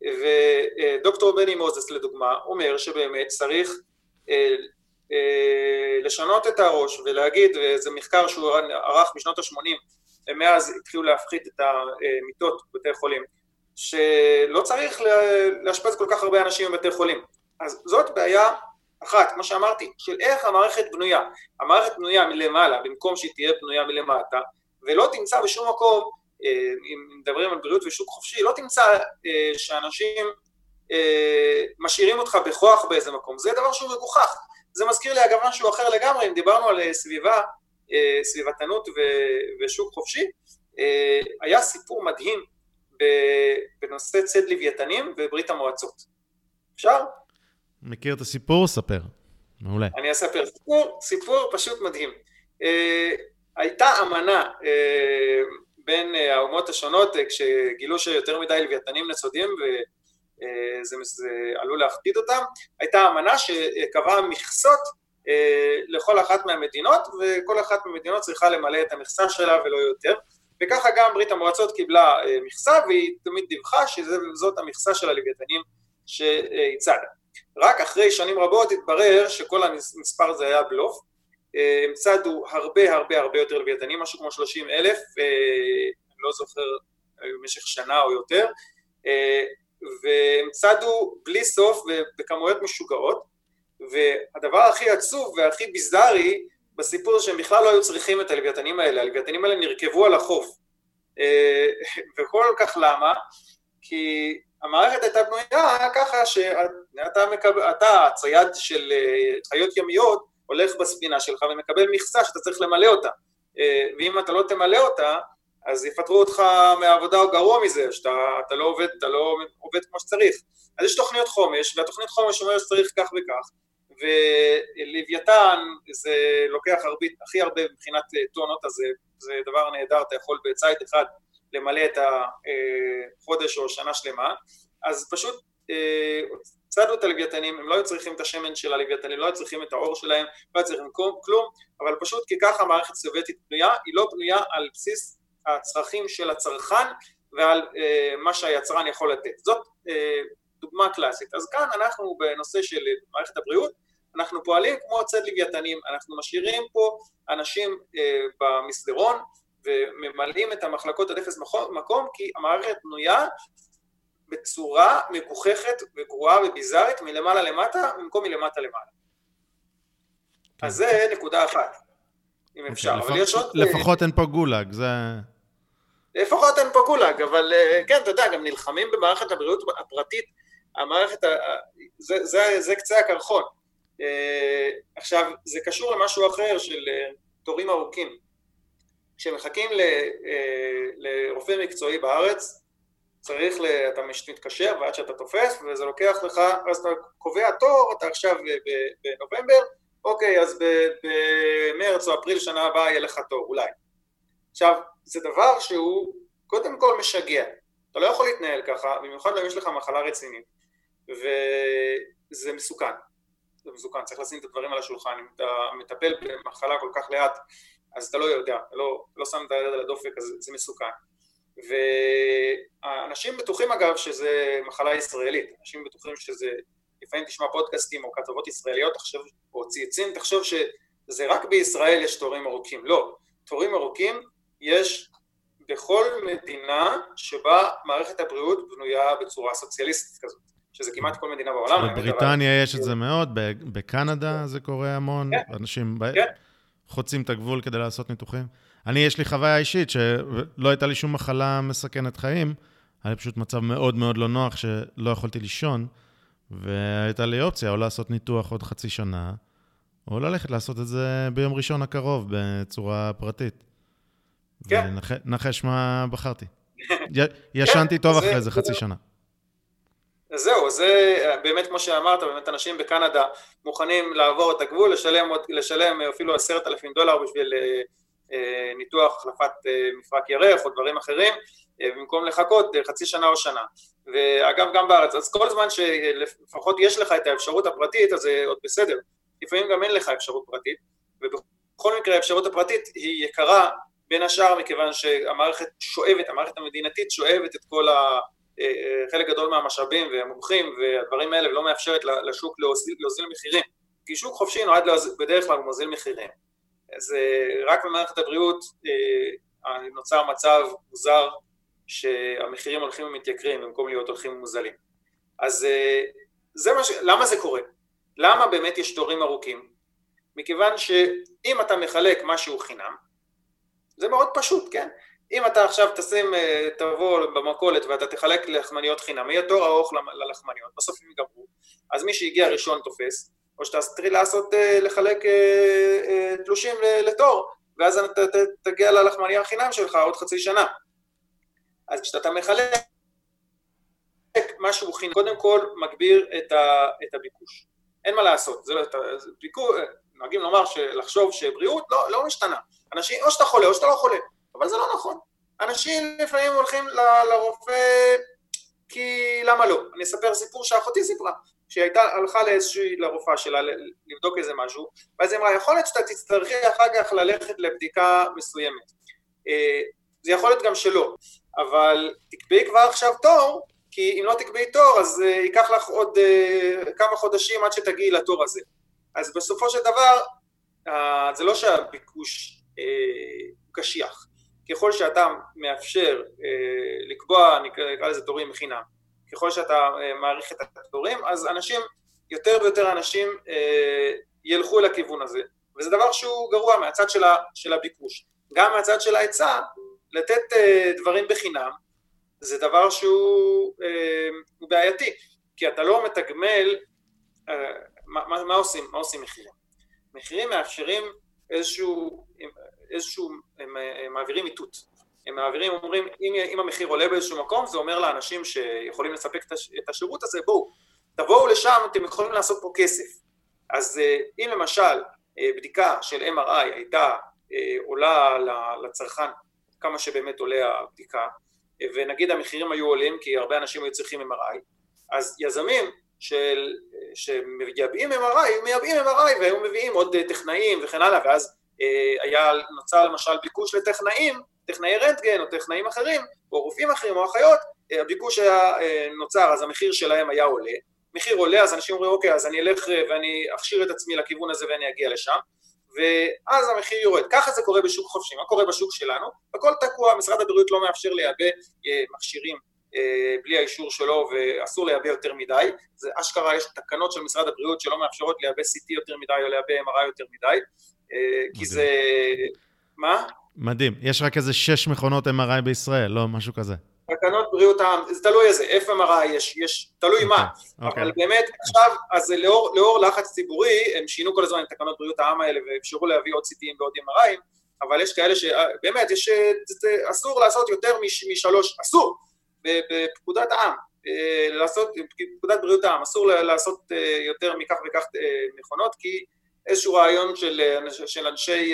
ודוקטור בני מוזס לדוגמה אומר שבאמת צריך לשנות את הראש ולהגיד, וזה מחקר שהוא ערך בשנות ה-שמונים, ומאז התחילו להפחית את המיטות בבתי חולים, שלא צריך להשפץ כל כך הרבה אנשים בבתי חולים. אז זאת בעיה אחת, כמו שאמרתי, של איך המערכת בנויה. המערכת בנויה מלמעלה, במקום שהיא תהיה בנויה מלמטה, ולא תמצא בשום מקום, אם מדברים על בריאות ושוק חופשי, לא תמצא שאנשים משאירים אותך בכוח באיזה מקום. זה דבר שהוא מגוחך. זה מזכיר לי אגב משהו אחר לגמרי, אם דיברנו על סביבה, סביבתנות ושוק חופשי, היה סיפור מדהים בנושא ציד לוויתנים וברית המועצות. אפשר? מכיר את הסיפור? ספר. מעולה. אני אספר. סיפור, סיפור פשוט מדהים. הייתה אמנה בין האומות השונות, כשגילו שיותר מדי לוויתנים נצודים וזה עלול להכביד אותם, הייתה אמנה שקבעה מכסות לכל אחת מהמדינות, וכל אחת מהמדינות צריכה למלא את המכסה שלה ולא יותר, וככה גם ברית המועצות קיבלה מכסה, והיא תמיד דיווחה שזאת המכסה של הלוויתנים שהצעדה. רק אחרי שנים רבות התברר שכל המספר הזה היה בלוף, הם צעדו הרבה הרבה הרבה יותר לוויתנים, משהו כמו שלושים אלף, אני לא זוכר במשך שנה או יותר, והם צעדו בלי סוף ובכמויות משוגעות, והדבר הכי עצוב והכי ביזארי בסיפור שהם בכלל לא היו צריכים את הלוויתנים האלה, הלוויתנים האלה נרכבו על החוף, וכל כך למה? כי המערכת הייתה בנויה ככה שאתה מקבל, אתה צייד של חיות ימיות, הולך בספינה שלך ומקבל מכסה שאתה צריך למלא אותה, ואם אתה לא תמלא אותה, אז יפטרו אותך מהעבודה או גרוע מזה, שאתה אתה לא עובד, אתה לא עובד כמו שצריך. אז יש תוכניות חומש, והתוכנית חומש אומר שצריך כך וכך, ולוויתן זה לוקח הרבה, הכי הרבה מבחינת טונות, אז זה, זה דבר נהדר, אתה יכול בצייד אחד למלא את החודש או שנה שלמה, אז פשוט צדו את הלוויתנים, הם לא היו צריכים את השמן של הלוויתנים, לא היו צריכים את האור שלהם, לא היו צריכים כלום, אבל פשוט כי ככה המערכת סובייטית בנויה, היא לא בנויה על בסיס הצרכים של הצרכן ועל מה שהיצרן יכול לתת. זאת דוגמה קלאסית. אז כאן אנחנו בנושא של מערכת הבריאות, אנחנו פועלים כמו צד לוויתנים, אנחנו משאירים פה אנשים במסדרון וממלאים את המחלקות עד אפס מקום, כי המערכת בנויה בצורה מגוחכת וגרועה וביזארית מלמעלה למטה, במקום מלמטה למעלה. אז זה נקודה אחת, אם אפשר. אבל יש עוד... לפחות אין פה גולאג, זה... לפחות אין פה גולאג, אבל כן, אתה יודע, גם נלחמים במערכת הבריאות הפרטית, המערכת, זה, זה, זה קצה הקרחון. עכשיו, זה קשור למשהו אחר של תורים ארוכים. כשמחכים לרופא מקצועי בארץ, צריך, אתה מתקשר ועד שאתה תופס, וזה לוקח לך, אז אתה קובע תור, אתה עכשיו בנובמבר, אוקיי, אז במרץ או אפריל שנה הבאה יהיה לך תור, אולי. עכשיו, זה דבר שהוא קודם כל משגע. אתה לא יכול להתנהל ככה, במיוחד אם יש לך מחלה רצינית, וזה מסוכן. זה מסוכן, צריך לשים את הדברים על השולחן. אם אתה מטפל במחלה כל כך לאט, אז אתה לא יודע, אתה לא, לא שם את היד על הדופק, אז זה מסוכן. והאנשים בטוחים אגב שזה מחלה ישראלית, אנשים בטוחים שזה, לפעמים תשמע פודקאסטים או כתבות ישראליות, תחשוב, או צייצים, תחשוב שזה רק בישראל יש תורים ארוכים. לא, תורים ארוכים יש בכל מדינה שבה מערכת הבריאות בנויה בצורה סוציאליסטית כזאת, שזה כמעט כל מדינה בעולם. בבריטניה יש את זה מאוד, בקנדה זה קורה המון, אנשים חוצים את הגבול כדי לעשות ניתוחים. אני, יש לי חוויה אישית שלא הייתה לי שום מחלה מסכנת חיים, היה לי פשוט מצב מאוד מאוד לא נוח שלא יכולתי לישון, והייתה לי אופציה או לעשות ניתוח עוד חצי שנה, או ללכת לעשות את זה ביום ראשון הקרוב בצורה פרטית. כן. ונחש מה בחרתי. ישנתי טוב אחרי זה חצי שנה. זהו, זה באמת כמו שאמרת, באמת אנשים בקנדה מוכנים לעבור את הגבול, לשלם, לשלם אפילו עשרת אלפים דולר בשביל ניתוח החלפת מפרק ירך או דברים אחרים, במקום לחכות חצי שנה או שנה. ואגב גם בארץ, אז כל זמן שלפחות יש לך את האפשרות הפרטית, אז זה עוד בסדר. לפעמים גם אין לך אפשרות פרטית, ובכל מקרה האפשרות הפרטית היא יקרה בין השאר, מכיוון שהמערכת שואבת, המערכת המדינתית שואבת את כל חלק גדול מהמשאבים והמומחים והדברים האלה, ולא מאפשרת לשוק להוזיל, להוזיל מחירים, כי שוק חופשי נועד בדרך כלל להוזיל מחירים. אז רק במערכת הבריאות נוצר מצב מוזר שהמחירים הולכים ומתייקרים במקום להיות הולכים ומוזלים. אז זה מה ש... למה זה קורה? למה באמת יש תורים ארוכים? מכיוון שאם אתה מחלק משהו חינם, זה מאוד פשוט, כן? אם אתה עכשיו תשים, תבוא במכולת ואתה תחלק לחמניות חינם, יהיה תור ארוך ללחמניות, בסוף הם יגמרו, אז מי שהגיע ראשון תופס, או שאתה תתחיל לעשות, לחלק תלושים לתור, ואז אתה תגיע ללחמניה החינם שלך עוד חצי שנה. אז כשאתה מחלק משהו חינם, קודם כל מגביר את הביקוש. אין מה לעשות, זה לא, זה ביקור, נוהגים לומר לחשוב שבריאות לא, לא משתנה. אנשים, או שאתה חולה או שאתה לא חולה, אבל זה לא נכון. אנשים לפעמים הולכים ל, לרופא, כי למה לא? אני אספר סיפור שאחותי סיפרה, שהיא הייתה, הלכה לאיזושהי לרופאה שלה לבדוק איזה משהו, ואז היא אמרה, יכול להיות שאתה תצטרכי אחר כך ללכת לבדיקה מסוימת. זה יכול להיות גם שלא, אבל תקבעי כבר עכשיו תור, כי אם לא תקבעי תור, אז ייקח לך עוד כמה חודשים עד שתגיעי לתור הזה. אז בסופו של דבר, זה לא שהביקוש קשיח. ככל שאתה מאפשר לקבוע, נקרא לזה תורים חינם, ככל שאתה מעריך את התורים, אז אנשים, יותר ויותר אנשים ילכו לכיוון הזה. וזה דבר שהוא גרוע מהצד של הביקוש. גם מהצד של ההיצע, לתת דברים בחינם, זה דבר שהוא בעייתי, כי אתה לא מתגמל, מה, מה עושים? מה עושים מחירים? מחירים מאפשרים איזשהו, איזשהו, הם, הם מעבירים איתות. הם מעבירים, אומרים, אם, אם המחיר עולה באיזשהו מקום, זה אומר לאנשים שיכולים לספק את השירות הזה, בואו, תבואו לשם, אתם יכולים לעשות פה כסף. אז אם למשל בדיקה של אם אר איי הייתה עולה לצרכן, כמה שבאמת עולה הבדיקה, ונגיד המחירים היו עולים, כי הרבה אנשים היו צריכים אם אר איי, אז יזמים של, שמייבאים אם אר איי, מייבאים אם אר איי, והיו מביאים עוד טכנאים וכן הלאה, ואז היה נוצר למשל ביקוש לטכנאים, טכנאי רנטגן או טכנאים אחרים, או רופאים אחרים או אחיות, הביקוש היה נוצר, אז המחיר שלהם היה עולה, מחיר עולה, אז אנשים אומרים, אוקיי, אז אני אלך ואני אכשיר את עצמי לכיוון הזה ואני אגיע לשם, ואז המחיר יורד. ככה זה קורה בשוק חופשי. מה קורה בשוק שלנו? הכל תקוע, משרד הבריאות לא מאפשר לייבא מכשירים בלי האישור שלו, ואסור לייבא יותר מדי. זה אשכרה, יש תקנות של משרד הבריאות שלא מאפשרות לייבא סי טי יותר מדי, או לייבא אם אר איי יותר מדי, כי זה... מה? מדהים. יש רק איזה שש מכונות אם אר איי בישראל, לא משהו כזה. תקנות בריאות העם, זה תלוי איזה, אף אם אר איי יש, יש, תלוי מה, אבל באמת עכשיו, אז לאור, לאור לחץ ציבורי, הם שינו כל הזמן את תקנות בריאות העם האלה, ואפשרו להביא עוד סי טי ועוד אם אר איי, אבל יש כאלה שבאמת, יש, אסור לעשות יותר משלוש, אסור, בפקודת העם, לעשות, בפקודת בריאות העם, אסור לעשות יותר מכך וכך מכונות, כי איזשהו רעיון של, של אנשי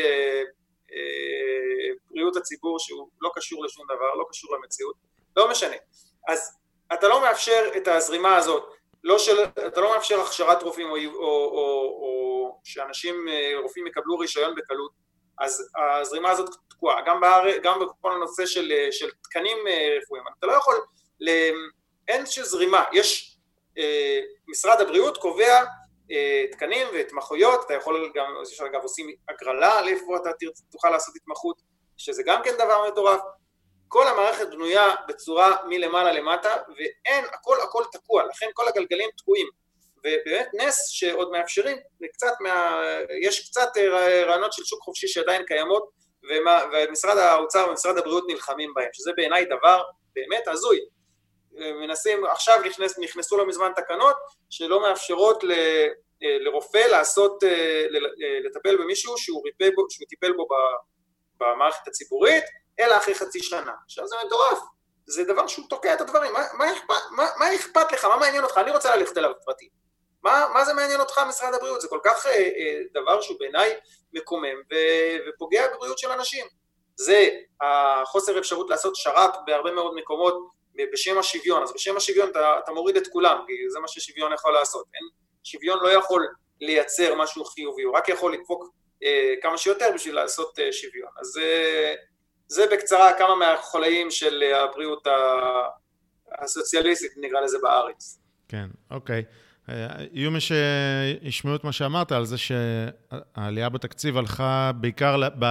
בריאות הציבור, שהוא לא קשור לשום דבר, לא קשור למציאות, לא משנה. אז אתה לא מאפשר את הזרימה הזאת, לא של, אתה לא מאפשר הכשרת רופאים או, או, או, או שאנשים, רופאים יקבלו רישיון בקלות, אז הזרימה הזאת תקועה. גם בארץ, גם בכל הנושא של, של תקנים רפואיים, אתה לא יכול, אין של זרימה, יש, משרד הבריאות קובע תקנים והתמחויות, אתה יכול גם, אגב, עושים הגרלה לאיפה אתה תוכל לעשות התמחות, שזה גם כן דבר מטורף. כל המערכת בנויה בצורה מלמעלה למטה, ואין, הכל, הכל תקוע, לכן כל הגלגלים תקועים. ובאמת נס שעוד מאפשרים, קצת מה, יש קצת רעיונות של שוק חופשי שעדיין קיימות, ומה, ומשרד האוצר ומשרד הבריאות נלחמים בהם, שזה בעיניי דבר באמת הזוי. מנסים, עכשיו נכנס, נכנסו לו מזמן תקנות, שלא מאפשרות ל, לרופא לעשות, לטפל במישהו שהוא, ריפא בו, שהוא טיפל בו במערכת הציבורית, אלא אחרי חצי שנה. עכשיו זה מטורף, זה דבר שהוא תוקע את הדברים, מה, מה, אכפת, מה, מה אכפת לך, מה מעניין אותך? אני רוצה ללכת אליו פרטי. מה, מה זה מעניין אותך משרד הבריאות? זה כל כך אה, דבר שהוא בעיניי מקומם ו, ופוגע בבריאות של אנשים. זה החוסר אפשרות לעשות שר"פ בהרבה מאוד מקומות בשם השוויון, אז בשם השוויון אתה, אתה מוריד את כולם, כי זה מה ששוויון יכול לעשות. אין, שוויון לא יכול לייצר משהו חיובי, הוא רק יכול לדפוק אה, כמה שיותר בשביל לעשות אה, שוויון. אז אה, זה בקצרה כמה מהחולאים של הבריאות הסוציאליסטית, נקרא לזה בארץ. כן, אוקיי. יהיו מי שישמעו את מה שאמרת על זה שהעלייה בתקציב הלכה בעיקר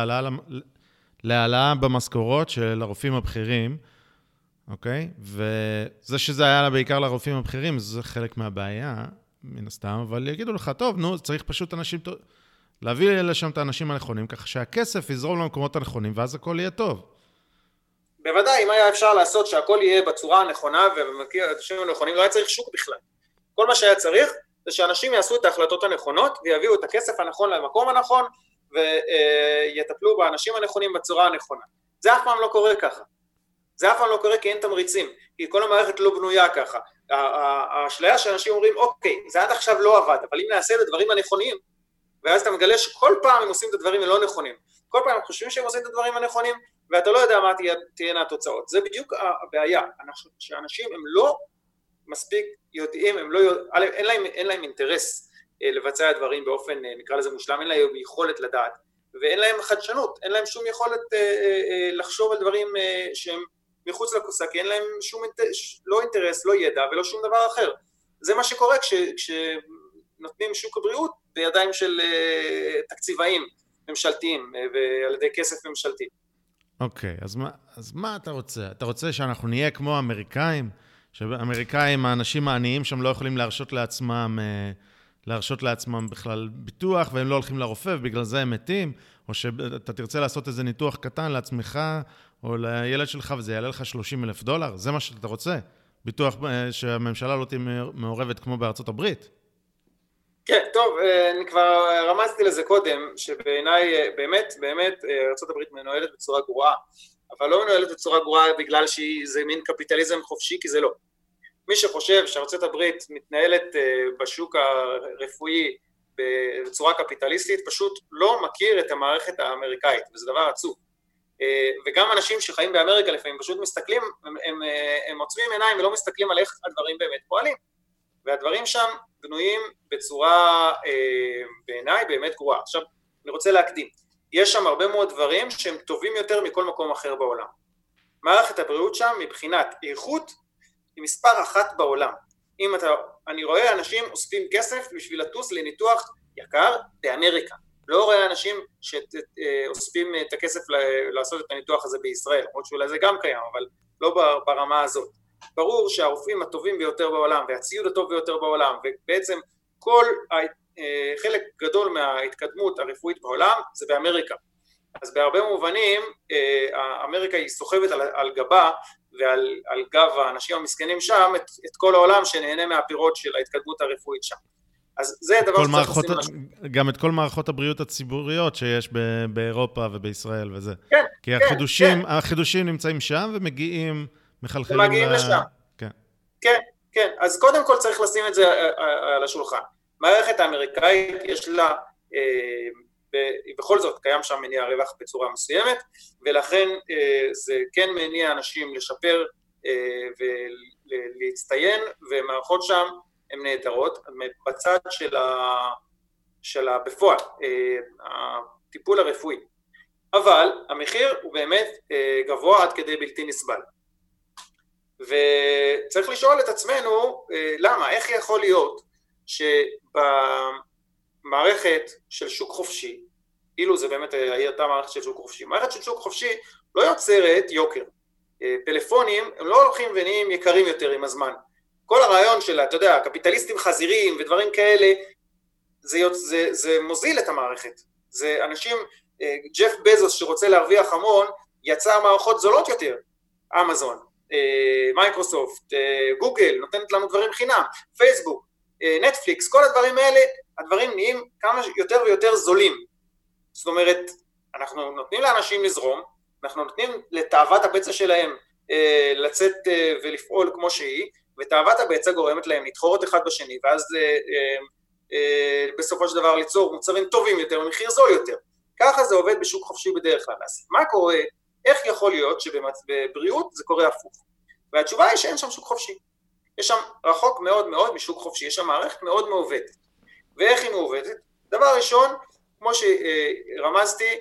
להעלאה במשכורות של הרופאים הבכירים, אוקיי? וזה שזה היה בעיקר לרופאים הבכירים, זה חלק מהבעיה, מן הסתם, אבל יגידו לך, טוב, נו, צריך פשוט אנשים, להביא לשם את האנשים הנכונים, ככה שהכסף יזרום למקומות הנכונים, ואז הכל יהיה טוב. בוודאי, אם היה אפשר לעשות שהכל יהיה בצורה הנכונה, ובמכיר את האנשים הנכונים, לא היה צריך שוק בכלל. כל מה שהיה צריך, זה שאנשים יעשו את ההחלטות הנכונות, ויביאו את הכסף הנכון למקום הנכון, ויטפלו באנשים הנכונים בצורה הנכונה. זה אף פעם לא קורה ככה. זה אף פעם לא קורה כי אין תמריצים, כי כל המערכת לא בנויה ככה. האשליה שאנשים אומרים, אוקיי, זה עד עכשיו לא עבד, אבל אם נעשה את הדברים הנכונים, ואז אתה מגלה שכל פעם הם עושים את הדברים הלא נכונים. כל פעם הם חושבים שהם עושים את הדברים הנכונים, ואתה לא יודע מה תהיינה התוצאות. זה בדיוק הבעיה, שאנשים הם לא מספיק יודעים, הם לא יודעים, אין להם, אין להם אינטרס לבצע את הדברים באופן, נקרא לזה מושלם, אין להם יכולת לדעת, ואין להם חדשנות, אין להם שום יכולת לחשוב על דברים שהם מחוץ לקוסה, כי אין להם שום, לא אינטרס, לא ידע ולא שום דבר אחר. זה מה שקורה כש, כשנותנים שוק הבריאות בידיים של תקציבאים ממשלתיים ועל ידי כסף ממשלתי. אוקיי, אז מה, אז מה אתה רוצה? אתה רוצה שאנחנו נהיה כמו האמריקאים? שהאמריקאים, האנשים העניים שם לא יכולים להרשות לעצמם, להרשות לעצמם בכלל ביטוח, והם לא הולכים לרופא, ובגלל זה הם מתים, או שאתה תרצה לעשות איזה ניתוח קטן לעצמך, או לילד שלך, וזה יעלה לך שלושים אלף דולר? זה מה שאתה רוצה? ביטוח שהממשלה לא תהיה מעורבת כמו בארצות הברית? כן, טוב, אני כבר רמזתי לזה קודם, שבעיניי באמת, באמת, ארצות הברית מנוהלת בצורה גרועה, אבל לא מנוהלת בצורה גרועה בגלל שזה מין קפיטליזם חופשי, כי זה לא. מי שחושב שארצות הברית מתנהלת בשוק הרפואי בצורה קפיטליסטית, פשוט לא מכיר את המערכת האמריקאית, וזה דבר עצוב. וגם אנשים שחיים באמריקה לפעמים פשוט מסתכלים, הם, הם, הם עוצמים עיניים ולא מסתכלים על איך הדברים באמת פועלים. והדברים שם בנויים בצורה, בעיניי, באמת גרועה. עכשיו, אני רוצה להקדים. יש שם הרבה מאוד דברים שהם טובים יותר מכל מקום אחר בעולם. מערכת הבריאות שם, מבחינת איכות, היא מספר אחת בעולם. אם אתה, אני רואה אנשים אוספים כסף בשביל לטוס לניתוח יקר באמריקה. לא רואה אנשים שאוספים את הכסף לעשות את הניתוח הזה בישראל, למרות שאולי זה גם קיים, אבל לא ברמה הזאת. ברור שהרופאים הטובים ביותר בעולם, והציוד הטוב ביותר בעולם, ובעצם כל חלק גדול מההתקדמות הרפואית בעולם, זה באמריקה. אז בהרבה מובנים, אמריקה היא סוחבת על, על גבה, ועל על גב האנשים המסכנים שם, את, את כל העולם שנהנה מהפירות של ההתקדמות הרפואית שם. אז זה הדבר שצריך לשים לשם. גם את כל מערכות הבריאות הציבוריות שיש באירופה ובישראל וזה. כן, כי כן, החידושים, כן. החידושים נמצאים שם ומגיעים, מחלחלים ומגיעים לשם. כן. כן, כן. אז קודם כל צריך לשים את זה על השולחן. מערכת האמריקאית יש לה, בכל זאת קיים שם מניע רווח בצורה מסוימת, ולכן זה כן מניע אנשים לשפר ולהצטיין, ומערכות שם הן נהדרות, בצד של, ה, של הבפועל, הטיפול הרפואי. אבל המחיר הוא באמת גבוה עד כדי בלתי נסבל. וצריך לשאול את עצמנו, למה, איך יכול להיות שבמערכת של שוק חופשי, אילו זה באמת הייתה מערכת של שוק חופשי, מערכת של שוק חופשי לא יוצרת יוקר. פלאפונים הם לא הולכים ונהיים יקרים יותר עם הזמן. כל הרעיון של, אתה יודע, קפיטליסטים חזירים ודברים כאלה, זה, זה, זה מוזיל את המערכת. זה אנשים, ג'ף בזוס שרוצה להרוויח המון, יצר מערכות זולות יותר, אמזון, מייקרוסופט, גוגל, נותנת לנו דברים חינם, פייסבוק, נטפליקס, כל הדברים האלה, הדברים נהיים כמה יותר ויותר זולים. זאת אומרת, אנחנו נותנים לאנשים לזרום, אנחנו נותנים לתאוות הבצע שלהם לצאת ולפעול כמו שהיא, ותאוות הבצע גורמת להם לתחור את אחד בשני, ואז בסופו של דבר ליצור מוצרים טובים יותר, במחיר זול יותר. ככה זה עובד בשוק חופשי בדרך כלל. אז מה קורה? איך יכול להיות שבבריאות זה קורה הפוך? והתשובה היא שאין שם שוק חופשי. יש שם רחוק מאוד מאוד משוק חופשי, יש שם מערכת מאוד מעובדת. ואיך היא מעובדת? דבר ראשון, כמו שרמזתי,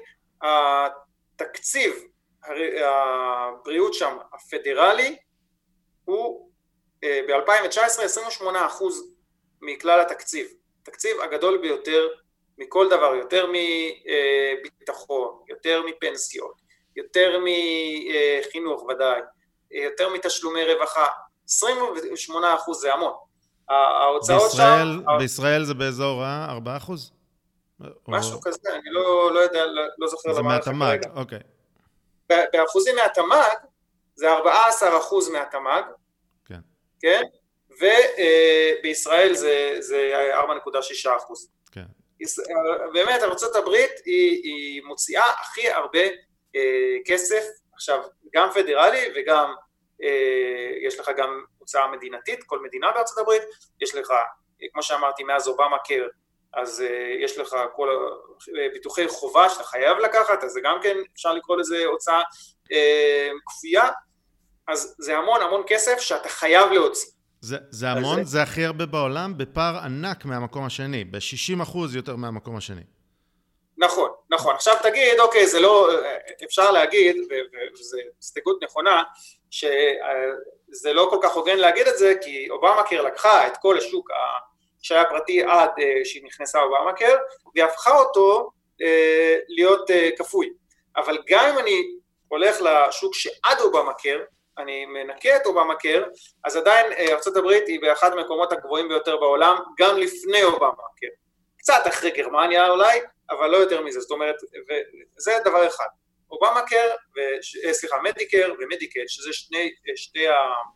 התקציב הבריאות שם, הפדרלי, הוא ב-אלפיים תשע עשרה עשרים ושמונה אחוז מכלל התקציב, תקציב הגדול ביותר מכל דבר, יותר מביטחון, יותר מפנסיות, יותר מחינוך ודאי, יותר מתשלומי רווחה, עשרים ושמונה אחוז זה המון. ההוצאות בישראל, שם... בישראל זה באזור ה-ארבעה אחוז? משהו או... כזה, אני לא, לא יודע, לא, לא זוכר למה לך כרגע. כרגע. אוקיי. באחוזים מהתמ"ג, זה ארבעה עשר אחוז מהתמ"ג, כן. כן? ובישראל זה, זה ארבע נקודה שש אחוז. כן. באמת, ארצות הברית היא, היא מוציאה הכי הרבה אה, כסף, עכשיו, גם פדרלי וגם, אה, יש לך גם הוצאה מדינתית, כל מדינה בארצות הברית, יש לך, כמו שאמרתי, מאז אובמה קר, אז אה, יש לך כל ביטוחי חובה שאתה חייב לקחת, אז זה גם כן, אפשר לקרוא לזה הוצאה אה, כפייה, אז זה המון המון כסף שאתה חייב להוציא. זה, זה המון, זה... זה הכי הרבה בעולם, בפער ענק מהמקום השני, ב-שישים אחוז יותר מהמקום השני. נכון, נכון. עכשיו תגיד, אוקיי, זה לא, אפשר להגיד, וזו הסתייגות נכונה, שזה לא כל כך הוגן להגיד את זה, כי אובמה-קר לקחה את כל השוק שהיה פרטי עד שהיא נכנסה אובמה-קר, והיא הפכה אותו להיות כפוי. אבל גם אם אני הולך לשוק שעד אובמה-קר, אני מנקה את אובמה-קר, אז עדיין ארצות הברית היא באחד המקומות הגבוהים ביותר בעולם, גם לפני אובמה-קר. קצת אחרי גרמניה אולי, אבל לא יותר מזה. זאת אומרת, וזה דבר אחד. אובמה-קר, סליחה, מדיקר ומדיקד, שזה שני, שתי, ה,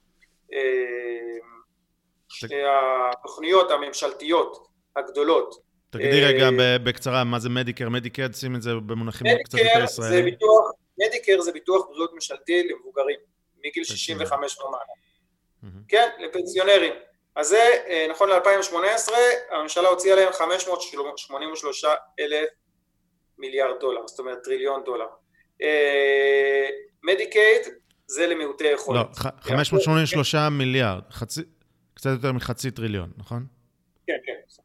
שתי התוכניות הממשלתיות הגדולות. תגידי רגע בקצרה, מה זה מדיקר? מדיקד, שים את זה במונחים קצת יותר ישראלים. מדיקר זה ביטוח בריאות ממשלתי למבוגרים. מגיל שישים וחמש ומעלה. כן, לפנסיונרים. אז זה, נכון ל-אלפיים שמונה עשרה, הממשלה הוציאה להם חמש מאות שמונים ושלושה אלף מיליארד דולר, זאת אומרת טריליון דולר. מדיקייד זה למיעוטי יכולת. לא, חמש מאות שמונים ושלושה מיליארד, קצת יותר מחצי טריליון, נכון? כן, כן.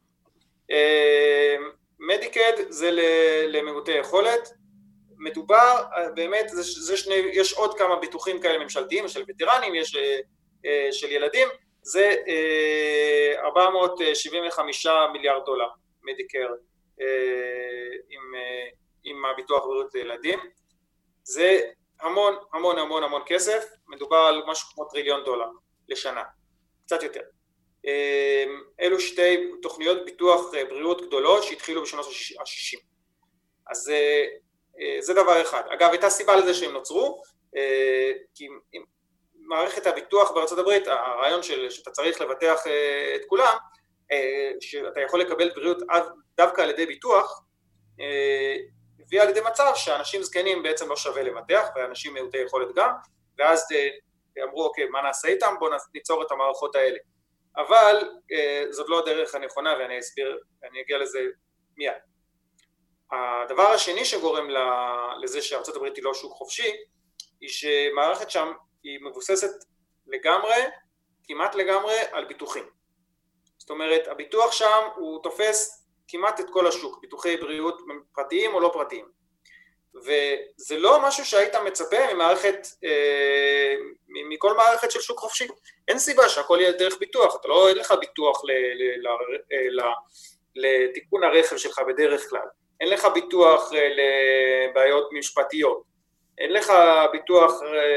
מדיקייד זה למיעוטי יכולת, מדובר, באמת, זה, זה שני, יש עוד כמה ביטוחים כאלה ממשלתיים, של וטרנים, יש של ילדים, זה ארבע מאות שבעים וחמישה מיליארד דולר, מדיקר, עם, עם הביטוח בריאות לילדים, זה המון, המון, המון, המון כסף, מדובר על משהו כמו טריליון דולר לשנה, קצת יותר. אלו שתי תוכניות ביטוח בריאות גדולות שהתחילו בשנות ה-שישים. אז זה דבר אחד. אגב, הייתה סיבה לזה שהם נוצרו, כי מערכת הביטוח בארצות הברית, הרעיון של, שאתה צריך לבטח את כולם, שאתה יכול לקבל בריאות דווקא על ידי ביטוח, הביא על ידי מצב שאנשים זקנים בעצם לא שווה לבטח, ואנשים מעוטי יכולת גם, ואז אמרו, אוקיי, מה נעשה איתם? בואו ניצור את המערכות האלה. אבל זאת לא הדרך הנכונה, ואני אסביר, אני אגיע לזה מיד. הדבר השני שגורם לזה שארצות הברית היא לא שוק חופשי, היא שמערכת שם היא מבוססת לגמרי, כמעט לגמרי, על ביטוחים. זאת אומרת, הביטוח שם הוא תופס כמעט את כל השוק, ביטוחי בריאות פרטיים או לא פרטיים. וזה לא משהו שהיית מצפה ממערכת, אה, מכל מערכת של שוק חופשי. אין סיבה שהכל יהיה דרך ביטוח, אתה לא, אין לך ביטוח ל, ל, ל, ל, לתיקון הרכב שלך בדרך כלל. אין לך ביטוח לבעיות משפטיות, אין לך ביטוח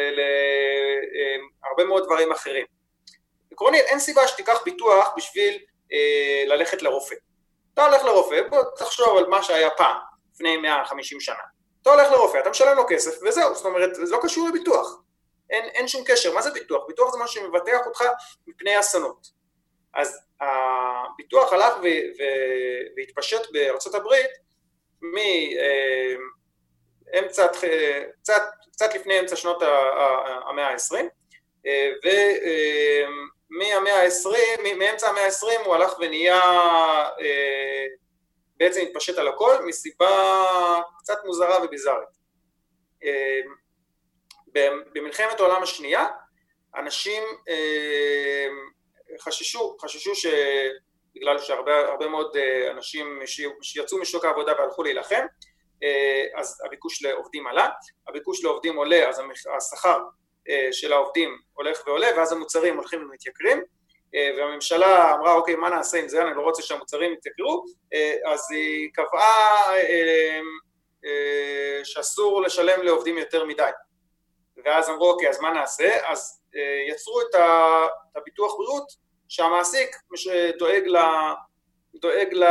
להרבה מאוד דברים אחרים. עקרונית, אין סיבה שתיקח ביטוח בשביל ללכת לרופא. אתה הולך לרופא, בוא תחשוב על מה שהיה פעם, לפני מאה וחמישים שנה. אתה הולך לרופא, אתה משלם לו כסף, וזהו, זאת אומרת, זה לא קשור לביטוח. אין, אין שום קשר. מה זה ביטוח? ביטוח זה משהו שמבטח אותך מפני אסונות. אז הביטוח הלך ו- ו- והתפשט בארצות הברית, מאמצע, קצת, קצת לפני אמצע שנות המאה ה-עשרים, ומהמאה ה-עשרים, מאמצע המאה ה-עשרים הוא הלך ונהיה, בעצם התפשט על הכל, מסיבה קצת מוזרה וביזארית. במלחמת העולם השנייה, אנשים חששו, חששו ש... בגלל שהרבה הרבה מאוד אנשים שיצאו משוק העבודה והלכו להילחם, אז הביקוש לעובדים עלה, הביקוש לעובדים עולה, אז השכר של העובדים הולך ועולה, ואז המוצרים הולכים ומתייקרים, והממשלה אמרה, אוקיי, מה נעשה עם זה? אני לא רוצה שהמוצרים יתייקרו, אז היא קבעה שאסור לשלם לעובדים יותר מדי. ואז אמרו, אוקיי, אז מה נעשה? אז יצרו את הביטוח בריאות, שהמעסיק דואג ל... דואג ל...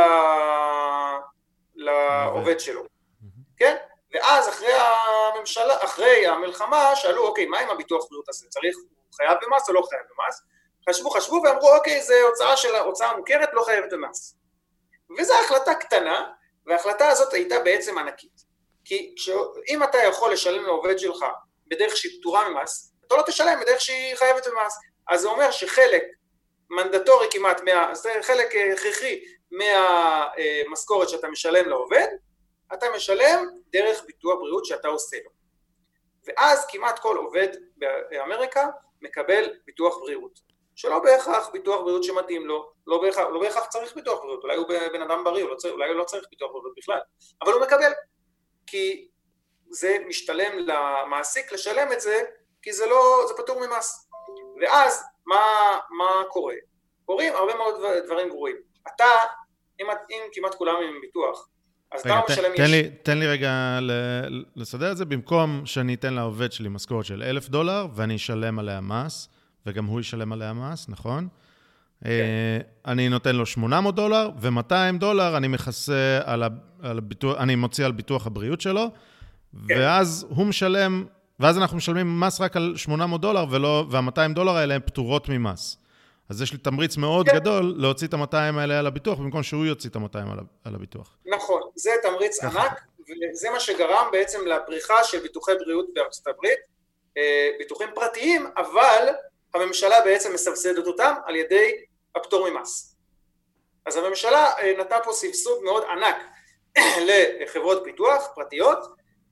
לעובד שלו. כן? ואז אחרי הממשלה, אחרי המלחמה, שאלו, אוקיי, מה עם הביטוח בריאות הזה? צריך, הוא חייב במס או לא חייב במס? חשבו, חשבו ואמרו, אוקיי, זה הוצאה של הוצאה מוכרת, לא חייבת במס. וזו החלטה קטנה, וההחלטה הזאת הייתה בעצם ענקית. כי אם אתה יכול לשלם לעובד שלך בדרך שהיא פטורה ממס, אתה לא תשלם בדרך שהיא חייבת במס. אז זה אומר שחלק מנדטורי כמעט, מה, זה חלק הכרחי מהמשכורת שאתה משלם לעובד, אתה משלם דרך ביטוח בריאות שאתה עושה לו. ואז כמעט כל עובד באמריקה מקבל ביטוח בריאות, שלא בהכרח ביטוח בריאות שמתאים לו, לא בהכרח, לא בהכרח צריך ביטוח בריאות, אולי הוא בן אדם בריא, אולי הוא לא צריך ביטוח בריאות בכלל, אבל הוא מקבל, כי זה משתלם למעסיק לשלם את זה, כי זה לא, זה פטור ממס. ואז מה, מה קורה? קורים הרבה מאוד דברים גרועים. אתה, אם, אם כמעט כולם עם ביטוח, אז אתה משלם יש... לי, תן לי רגע לסדר את זה, במקום שאני אתן לעובד שלי משכורת של אלף דולר, ואני אשלם עליה מס, וגם הוא ישלם עליה מס, נכון? כן. אני נותן לו שמונה מאות דולר, ו-מאתיים דולר אני מכסה על, על הביטוח, אני מוציא על ביטוח הבריאות שלו, כן. ואז הוא משלם, ואז אנחנו משלמים מס רק על שמונה מאות דולר, ולא, וה-מאתיים דולר האלה הן פטורות ממס. אז יש לי תמריץ מאוד כן. גדול להוציא את ה-מאתיים האלה על הביטוח, במקום שהוא יוציא את ה-מאתיים על הביטוח. נכון, זה תמריץ ענק, וזה מה שגרם בעצם לפריחה של ביטוחי בריאות בארצות הברית, ביטוחים פרטיים, אבל הממשלה בעצם מסבסדת אותם על ידי הפטור ממס. אז הממשלה נתנה פה סבסוד מאוד ענק לחברות ביטוח פרטיות,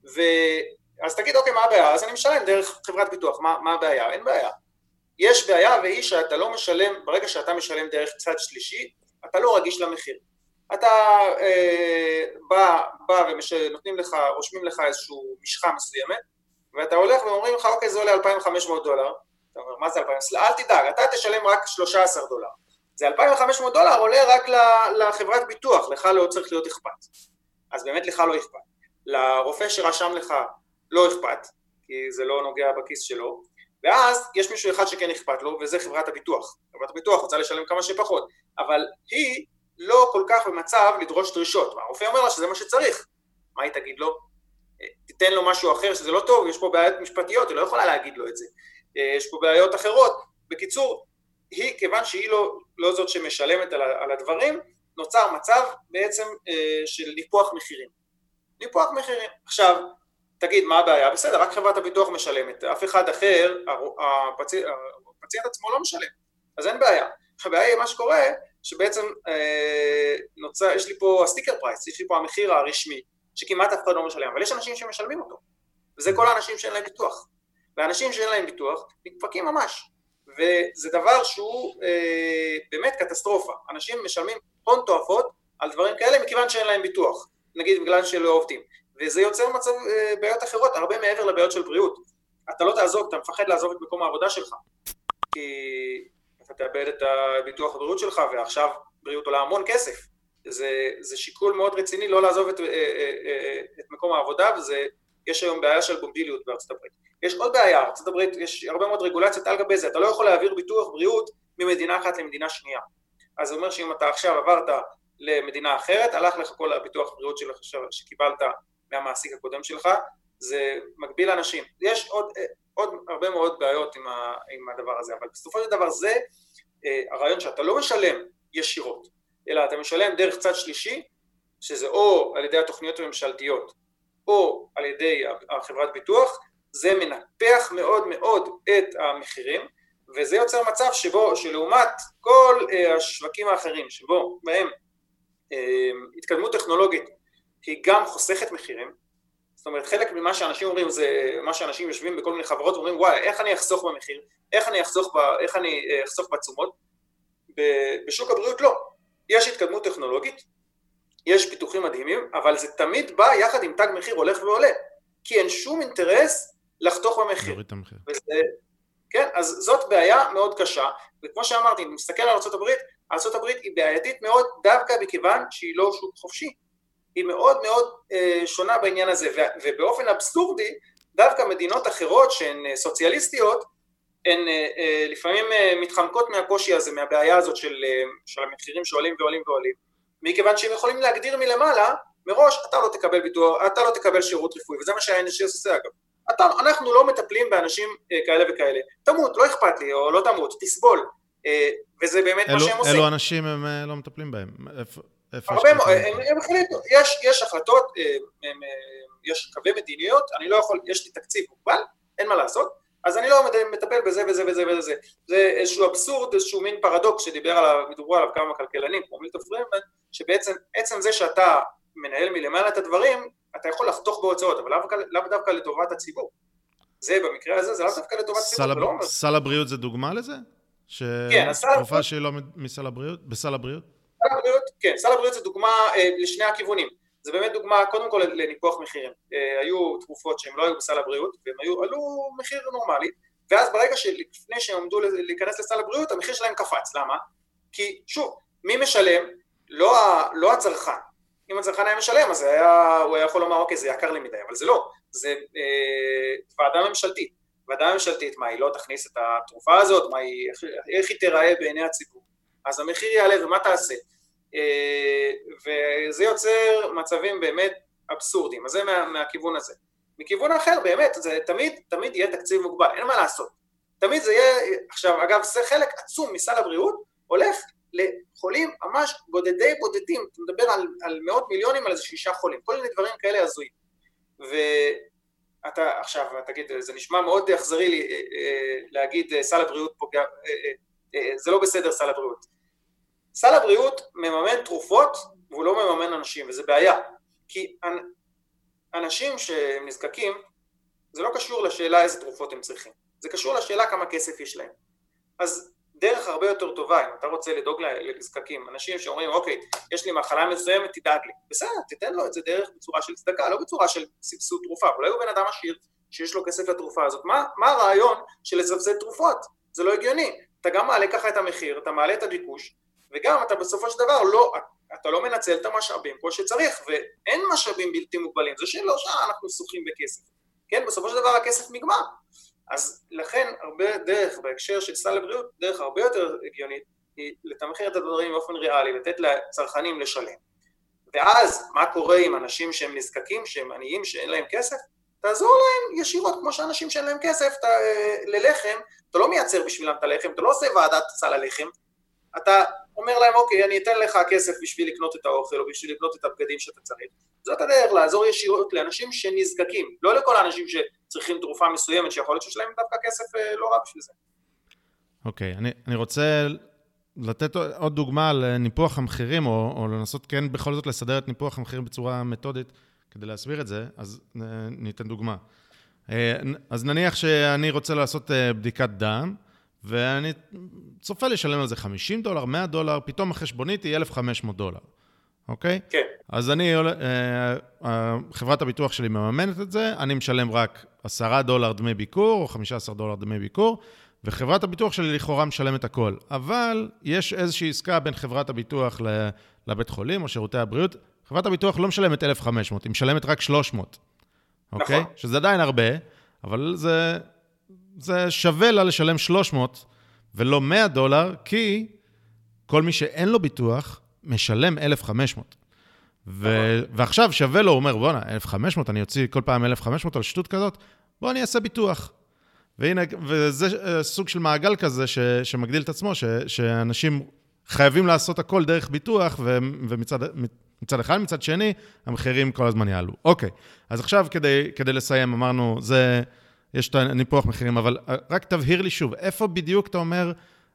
ואז תגיד, אוקיי, מה הבעיה? אז אני משלם דרך חברת ביטוח, מה, מה הבעיה? אין בעיה. יש בעיה, והיא שאתה לא משלם, ברגע שאתה משלם דרך צד שלישי, אתה לא רגיש למחיר. אתה אה, בא, בא ונותנים לך, רושמים לך איזשהו משחה מסוימת, ואתה הולך ואומרים לך, אוקיי, זה עולה אלפיים וחמש מאות דולר. אתה אומר, מה זה אלפיים? אל תדאג, אתה תשלם רק שלושה עשר דולר. זה אלפיים וחמש מאות דולר עולה רק לחברת ביטוח, לך לא צריך להיות אכפת. אז באמת לך לא אכפת. לרופא שרשם לך לא אכפת, כי זה לא נוגע בכיס שלו, ואז יש מישהו אחד שכן אכפת לו, וזה חברת הביטוח. חברת הביטוח רוצה לשלם כמה שפחות, אבל היא לא כל כך במצב לדרוש דרישות. הרופא אומר לה שזה מה שצריך. מה היא תגיד לו? תיתן לו משהו אחר שזה לא טוב, יש פה בעיות משפטיות, היא לא יכולה להגיד לו את זה. יש פה בעיות אחרות. בקיצור, היא, כיוון שהיא לא, לא זאת שמשלמת על, על הדברים, נוצר מצב בעצם של ניפוח מחירים. ניפוח מחירים. עכשיו, תגיד, מה הבעיה? בסדר, רק חברת הביטוח משלמת, אף אחד אחר, הפציינט, הפציינט עצמו לא משלם, אז אין בעיה. הבעיה היא מה שקורה, שבעצם אה, נוצר, יש לי פה הסטיקר פרייס, יש לי פה המחיר הרשמי, שכמעט אף אחד לא משלם, אבל יש אנשים שמשלמים אותו, וזה כל האנשים שאין להם ביטוח, והאנשים שאין להם ביטוח נדפקים ממש, וזה דבר שהוא אה, באמת קטסטרופה, אנשים משלמים הון תועפות על דברים כאלה, מכיוון שאין להם ביטוח, נגיד בגלל שלא עובדים, וזה יוצר מצב בעיות אחרות, הרבה מעבר לבעיות של בריאות. אתה לא תעזוב, אתה מפחד לעזוב את מקום העבודה שלך, כי אתה תאבד את הביטוח הבריאות שלך, ועכשיו בריאות עולה המון כסף. זה, זה שיקול מאוד רציני לא לעזוב את, את מקום העבודה, ויש היום בעיה של בומביליות בארצות הברית. יש עוד בעיה, בארצות הברית יש הרבה מאוד רגולציות על גבי זה, אתה לא יכול להעביר ביטוח בריאות ממדינה אחת למדינה שנייה. אז זה אומר שאם אתה עכשיו עברת למדינה אחרת, הלך לך כל הביטוח בריאות שלך שקיבלת מהמעסיק הקודם שלך, זה מגביל אנשים. יש עוד, עוד הרבה מאוד בעיות עם, ה, עם הדבר הזה, אבל בסופו של דבר זה הרעיון שאתה לא משלם ישירות, אלא אתה משלם דרך צד שלישי, שזה או על ידי התוכניות הממשלתיות, או על ידי החברת ביטוח, זה מנפח מאוד מאוד את המחירים, וזה יוצר מצב שבו, שלעומת כל השווקים האחרים, שבו בהם התקדמות טכנולוגית, היא גם חוסכת מחירים, זאת אומרת, חלק ממה שאנשים אומרים, זה מה שאנשים יושבים בכל מיני חברות, ואומרים, וואי, איך אני אחסוך במחיר, איך אני אחסוך, ב, איך אני אחסוך בתשומות, בשוק הבריאות לא. יש התקדמות טכנולוגית, יש פיתוחים מדהימים, אבל זה תמיד בא יחד עם תג מחיר הולך ועולה, כי אין שום אינטרס לחתוך במחיר. להוריד את המחיר. וזה, כן, אז זאת בעיה מאוד קשה, וכמו שאמרתי, אם נסתכל על ארצות הברית, ארצות הברית היא בעייתית מאוד דווקא מכיוון שהיא לא שוק חופשי. היא מאוד מאוד אה, שונה בעניין הזה, ובאופן אבסורדי, דווקא מדינות אחרות שהן סוציאליסטיות, הן אה, אה, לפעמים אה, מתחמקות מהקושי הזה, מהבעיה הזאת של, אה, של המחירים שעולים ועולים ועולים, מכיוון שהם יכולים להגדיר מלמעלה, מראש אתה לא תקבל ביטוח, אתה לא תקבל שירות רפואי, וזה מה שה-אן אייץ' אס עושה אגב. אתה, אנחנו לא מטפלים באנשים אה, כאלה וכאלה, תמות, לא אכפת לי, או לא תמות, תסבול, אה, וזה באמת אלו, מה שהם עושים. אלו אנשים הם אה, לא מטפלים בהם. איפה, איפה הרבה, הם, הם, הם החליטו, יש, יש החלטות, הם, הם, יש קווי מדיניות, אני לא יכול, יש לי תקציב מוגבל, אין מה לעשות, אז אני לא מטפל בזה וזה וזה וזה. זה איזשהו אבסורד, איזשהו מין פרדוקס שדיבר עליו, מדברו עליו כמה כלכלנים, כמו מילטון פרידמן, שבעצם עצם זה שאתה מנהל מלמעלה את הדברים, אתה יכול לחתוך בהוצאות, אבל לאו דווקא לטובת הציבור. זה במקרה הזה, זה לאו דווקא לטובת הציבור, זה לא אומר. סל הבריאות זה דוגמה לזה? כן, שתרופה שהיא לא מסל הבריאות, בסל הבריאות? סל הבריאות, כן, סל הבריאות זה דוגמה אה, לשני הכיוונים. זה באמת דוגמה, קודם כל, לניפוח מחירים. אה, היו תרופות שהן לא היו בסל הבריאות, והם היו, עלו מחיר נורמלי, ואז ברגע שלפני שהם עמדו להיכנס לסל הבריאות, המחיר שלהם קפץ. למה? כי, שוב, מי משלם? לא, לא הצרכן. אם הצרכן היה משלם, אז היה, הוא היה יכול לומר, אוקיי, זה יקר לי מדי, אבל זה לא. זה אה, ועדה ממשלתית. ועדה ממשלתית, מה, היא לא תכניס את התרופה הזאת? מה היא, איך היא תיראה בעיני הציבור? אז המחיר יעלה, ומה תעשה? וזה יוצר מצבים באמת אבסורדים, אז זה מה, מהכיוון הזה. מכיוון אחר, באמת, זה תמיד, תמיד יהיה תקציב מוגבל, אין מה לעשות. תמיד זה יהיה, עכשיו, אגב, זה חלק עצום מסל הבריאות, הולך לחולים ממש בודדי בודדים, אתה מדבר על, על מאות מיליונים, על איזה שישה חולים, כל מיני דברים כאלה הזויים. ואתה, עכשיו, תגיד, זה נשמע מאוד אכזרי לי להגיד, סל הבריאות פוגע, זה לא בסדר סל הבריאות. סל הבריאות מממן תרופות, והוא לא מממן אנשים, וזה בעיה. כי אנשים שהם נזקקים, זה לא קשור לשאלה איזה תרופות הם צריכים. זה קשור לשאלה כמה כסף יש להם. אז דרך הרבה יותר טובה, אם אתה רוצה לדאוג לנזקקים, אנשים שאומרים, אוקיי, יש לי מחלה מסוימת, תדאג לי. בסדר, תיתן לו את זה דרך בצורה של צדקה, לא בצורה של סבסוד תרופה. אולי הוא בן אדם עשיר שיש לו כסף לתרופה הזאת. מה, מה הרעיון של לסבסד תרופות? זה לא הגיוני. אתה גם מעלה ככה את המחיר, אתה מעלה את הביקוש, וגם אתה בסופו של דבר לא, אתה לא מנצל את המשאבים כמו שצריך, ואין משאבים בלתי מוגבלים, זה שלא שאנחנו שוחים בכסף, כן, בסופו של דבר הכסף נגמר, אז לכן הרבה דרך בהקשר של סל הבריאות, דרך הרבה יותר הגיונית, היא לתמחר את הדברים באופן ריאלי, לתת לצרכנים לשלם, ואז מה קורה עם אנשים שהם נזקקים, שהם עניים, שאין להם כסף, תעזור להם ישירות, כמו שאנשים שאין להם כסף, אתה, ללחם, אתה לא מייצר בשבילם את הלחם, אתה לא עושה ועדת סל הלחם, אתה אומר להם, אוקיי, אני אתן לך כסף בשביל לקנות את האוכל, או בשביל לקנות את הבגדים שאתה צריך. זאת הדרך, לעזור ישירות לאנשים שנזקקים, לא לכל האנשים שצריכים תרופה מסוימת, שיכול להיות שיש להם דווקא כסף לא רע בשביל זה. אוקיי, אני, אני רוצה לתת עוד דוגמה על ניפוח המחירים, או, או לנסות כן בכל זאת לסדר את ניפוח המחירים בצורה מתודית, כדי להסביר את זה, אז ניתן דוגמה. אז נניח שאני רוצה לעשות בדיקת דם, ואני צופה לשלם על זה חמישים דולר, מאה דולר, פתאום החשבונית היא אלף וחמש מאות דולר, אוקיי? כן. אז אני, חברת הביטוח שלי מממנת את זה, אני משלם רק עשרה דולר דמי ביקור, או חמישה עשר דולר דמי ביקור, וחברת הביטוח שלי לכאורה משלמת הכל. אבל יש איזושהי עסקה בין חברת הביטוח לבית חולים, או שירותי הבריאות, חברת הביטוח לא משלמת אלף וחמש מאות, היא משלמת רק שלוש מאות, אוקיי? נכון. שזה עדיין הרבה, אבל זה... זה שווה לה לשלם שלוש מאות ולא מאה דולר, כי כל מי שאין לו ביטוח משלם אלף וחמש מאות. ו... ועכשיו שווה לו, הוא אומר, בוא'נה, אלף וחמש מאות, אני יוציא כל פעם אלף וחמש מאות על שטות כזאת, בוא אני אעשה ביטוח. והנה, וזה סוג של מעגל כזה ש... שמגדיל את עצמו, ש... שאנשים חייבים לעשות הכל דרך ביטוח, ו... ומצד מצד אחד, מצד שני, המחירים כל הזמן יעלו. אוקיי, אז עכשיו כדי, כדי לסיים, אמרנו, זה... יש את הניפוח מחירים, אבל רק תבהיר לי שוב, איפה בדיוק אתה אומר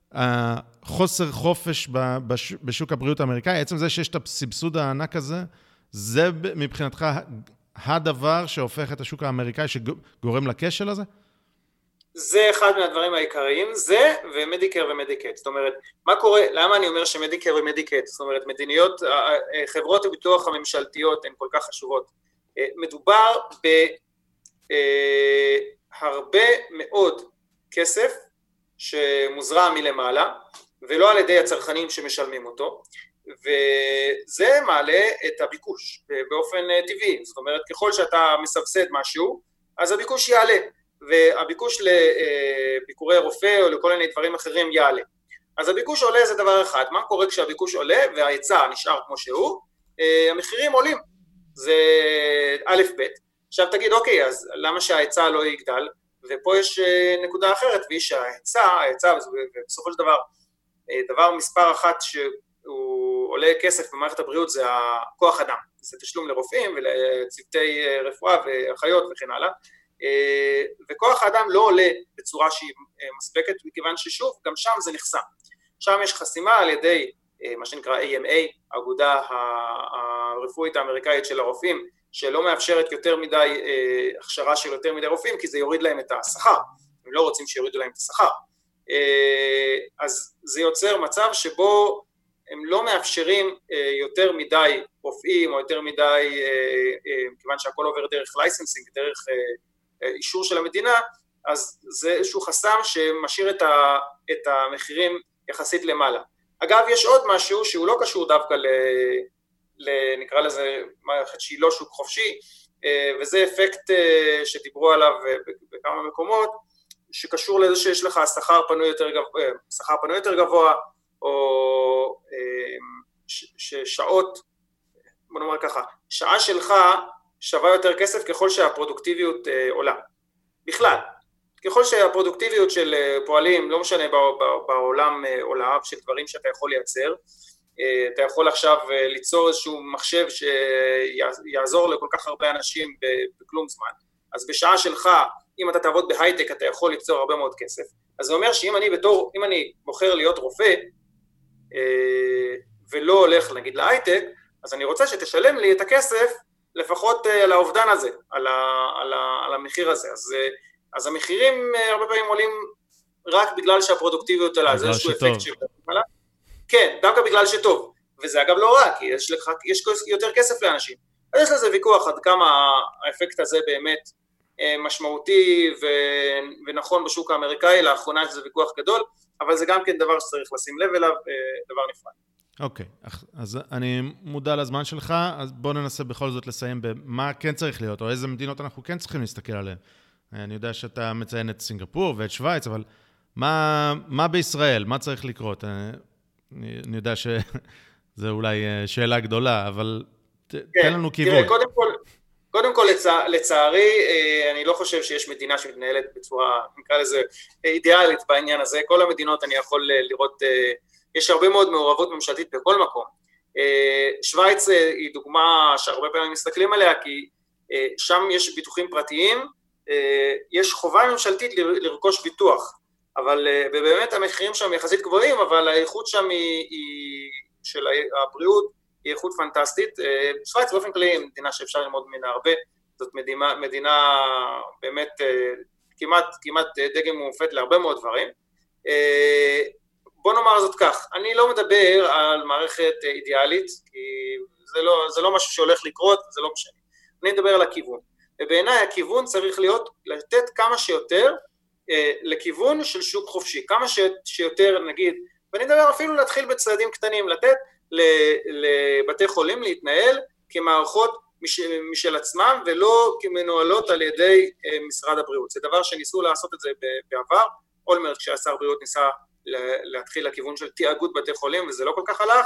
חוסר חופש בשוק הבריאות האמריקאי, עצם זה שיש את הסבסוד הענק הזה, זה מבחינתך הדבר שהופך את השוק האמריקאי שגורם לכשל הזה? זה אחד מהדברים העיקריים, זה ומדיקר ומדיקט. זאת אומרת, מה קורה, למה אני אומר שמדיקר ומדיקט? זאת אומרת, מדיניות, חברות הביטוח הממשלתיות הן כל כך חשובות. מדובר ב... הרבה מאוד כסף שמוזרע מלמעלה, ולא על ידי הצרכנים שמשלמים אותו, וזה מעלה את הביקוש באופן טבעי. זאת אומרת, ככל שאתה מסבסד משהו, אז הביקוש יעלה, והביקוש לביקורי רופא או לכל מיני דברים אחרים יעלה. אז הביקוש עולה זה דבר אחד. מה קורה כשהביקוש עולה וההיצע נשאר כמו שהוא? המחירים עולים. זה א' ב'. עכשיו תגיד, אוקיי, אז למה שההיצע לא יגדל? ופה יש נקודה אחרת, והיא שההיצע, ההיצע, ובסופו של דבר, דבר מספר אחת שהוא עולה כסף במערכת הבריאות זה הכוח אדם. זה תשלום לרופאים ולצוותי רפואה ואחיות וכן הלאה. וכוח האדם לא עולה בצורה שהיא מספקת, מכיוון ששוב, גם שם זה נחסם. שם יש חסימה על ידי מה שנקרא A M A, האגודה הרפואית האמריקאית של הרופאים, שלא מאפשרת יותר מדי הכשרה של יותר מדי רופאים, כי זה יוריד להם את השכר. הם לא רוצים שיורידו להם את השכר. אז זה יוצר מצב שבו הם לא מאפשרים יותר מדי רופאים, או יותר מדי, כיוון שהכל עובר דרך לייסנסינג, דרך אישור של המדינה, אז זה איזשהו חסם שמשאיר את, ה, את המחירים יחסית למעלה. אגב, יש עוד משהו שהוא לא קשור דווקא ל... ל נקרא לזה מערכת שהיא לא שוק חופשי, וזה אפקט שדיברו עליו בכמה מקומות, שקשור לזה שיש לך שכר פנוי יותר גבוה, שכר פנוי יותר גבוה, או ששעות, בוא נאמר ככה, שעה שלך שווה יותר כסף ככל שהפרודוקטיביות עולה. בכלל, ככל שהפרודוקטיביות של פועלים, לא משנה בעולם עולה, של דברים שאתה יכול לייצר, אתה יכול עכשיו ליצור איזשהו מחשב שיעזור לכל כך הרבה אנשים בכלום זמן. אז בשעה שלך, אם אתה תעבוד בהייטק, אתה יכול ליצור הרבה מאוד כסף. אז זה אומר שאם אני בתור, אם אני בוחר להיות רופא, ולא הולך נגיד להייטק, אז אני רוצה שתשלם לי את הכסף, לפחות על האובדן הזה, על, ה, על, ה, על המחיר הזה. אז, אז המחירים הרבה פעמים עולים רק בגלל שהפרודוקטיביות עלה, זה איזשהו אפקט שעלה. כן, דווקא בגלל שטוב, וזה אגב לא רע, כי יש, לך, יש יותר כסף לאנשים. אז יש לזה ויכוח עד כמה האפקט הזה באמת משמעותי ו, ונכון בשוק האמריקאי, לאחרונה שזה ויכוח גדול, אבל זה גם כן דבר שצריך לשים לב אליו, דבר נפרד. אוקיי, אז אני מודע לזמן שלך, אז בוא ננסה בכל זאת לסיים במה כן צריך להיות, או איזה מדינות אנחנו כן צריכים להסתכל עליהן. אני יודע שאתה מציין את סינגפור ואת שוויץ, אבל מה, מה בישראל, מה צריך לקרות? אני, אני יודע שזה אולי שאלה גדולה, אבל ת, כן, תן לנו כיוון. תראה, קודם כל, קודם כל לצע, לצערי, אני לא חושב שיש מדינה שמתנהלת בצורה, נקרא לזה, אידיאלית בעניין הזה. כל המדינות אני יכול לראות, יש הרבה מאוד מעורבות ממשלתית בכל מקום. שוויץ היא דוגמה שהרבה פעמים מסתכלים עליה, כי שם יש ביטוחים פרטיים, יש חובה ממשלתית לרכוש ביטוח, אבל באמת המחירים שם יחסית גבוהים, אבל האיכות שם היא, היא של הבריאות היא איכות פנטסטית. שוויץ באופן כללי היא מדינה שאפשר ללמוד ממנה הרבה, זאת מדינה, מדינה באמת כמעט, כמעט דגם מופת להרבה מאוד דברים. בוא נאמר זאת כך, אני לא מדבר על מערכת אידיאלית, כי זה לא, זה לא משהו שהולך לקרות, זה לא משנה. אני מדבר על הכיוון. ובעיניי הכיוון צריך להיות לתת כמה שיותר אה, לכיוון של שוק חופשי, כמה ש, שיותר נגיד, ואני מדבר אפילו להתחיל בצעדים קטנים, לתת לבתי חולים להתנהל כמערכות מש, משל עצמם, ולא כמנוהלות על ידי אה, משרד הבריאות. זה דבר שניסו לעשות את זה בעבר, אולמרט כשהשר בריאות ניסה להתחיל לכיוון של תיאגוד בתי חולים, וזה לא כל כך הלך,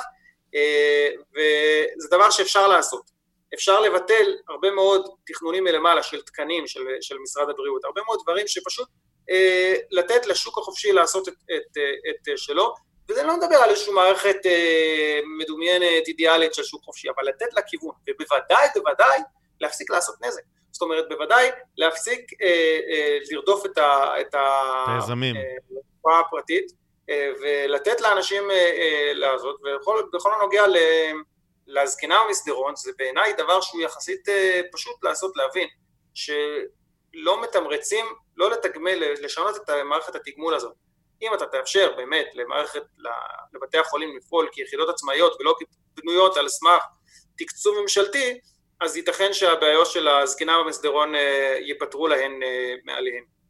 וזה דבר שאפשר לעשות. אפשר לבטל הרבה מאוד תכנונים מלמעלה של תקנים של, של משרד הבריאות, הרבה מאוד דברים שפשוט לתת לשוק החופשי לעשות את, את, את שלו, וזה לא מדבר על איזושהי מערכת מדומיינת, אידיאלית של שוק חופשי, אבל לתת לה כיוון, ובוודאי, בוודאי, להפסיק לעשות נזק. זאת אומרת, בוודאי, להפסיק לרדוף את היזמים. התופעה הפרטית, ולתת לאנשים לעשות, ובכל הנוגע לזקנה ומסדרון, זה בעיניי דבר שהוא יחסית פשוט לעשות להבין, שלא מתמרצים, לא לתגמל, לשנות את מערכת התגמול הזאת. אם אתה תאפשר באמת למערכת, לבתי החולים לפעול כיחידות עצמאיות, ולא כבנויות על סמך תקצוב ממשלתי, אז ייתכן שהבעיות של הזקנה ומסדרון ייפטרו להן מעליהן.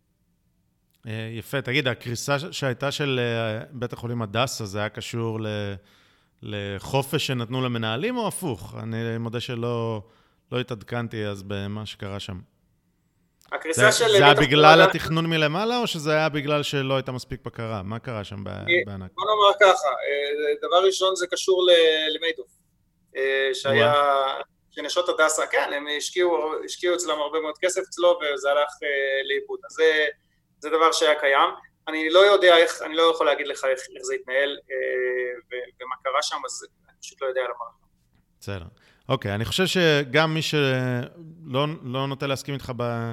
יפה, תגיד, הקריסה שהייתה של בית החולים הדסה, זה היה קשור לחופש שנתנו למנהלים או הפוך? אני מודה שלא לא התעדכנתי אז במה שקרה שם. הקריסה של... זה היה בגלל התכנון מלמעלה, או שזה היה בגלל שלא הייתה מספיק בקרה? מה קרה שם בענק? בוא נאמר ככה, דבר ראשון זה קשור למיידוף, שהיה... שנשות הדסה, כן, הם השקיעו, השקיעו אצלם הרבה מאוד כסף אצלו, וזה הלך לאיבוד. אז זה, זה דבר שהיה קיים. אני לא יודע איך, אני לא יכול להגיד לך איך, איך זה יתנהל, ומה קרה שם, אז אני פשוט לא יודע לומר. בסדר. אוקיי, אני חושב שגם מי שלא לא נוטה להסכים איתך ב...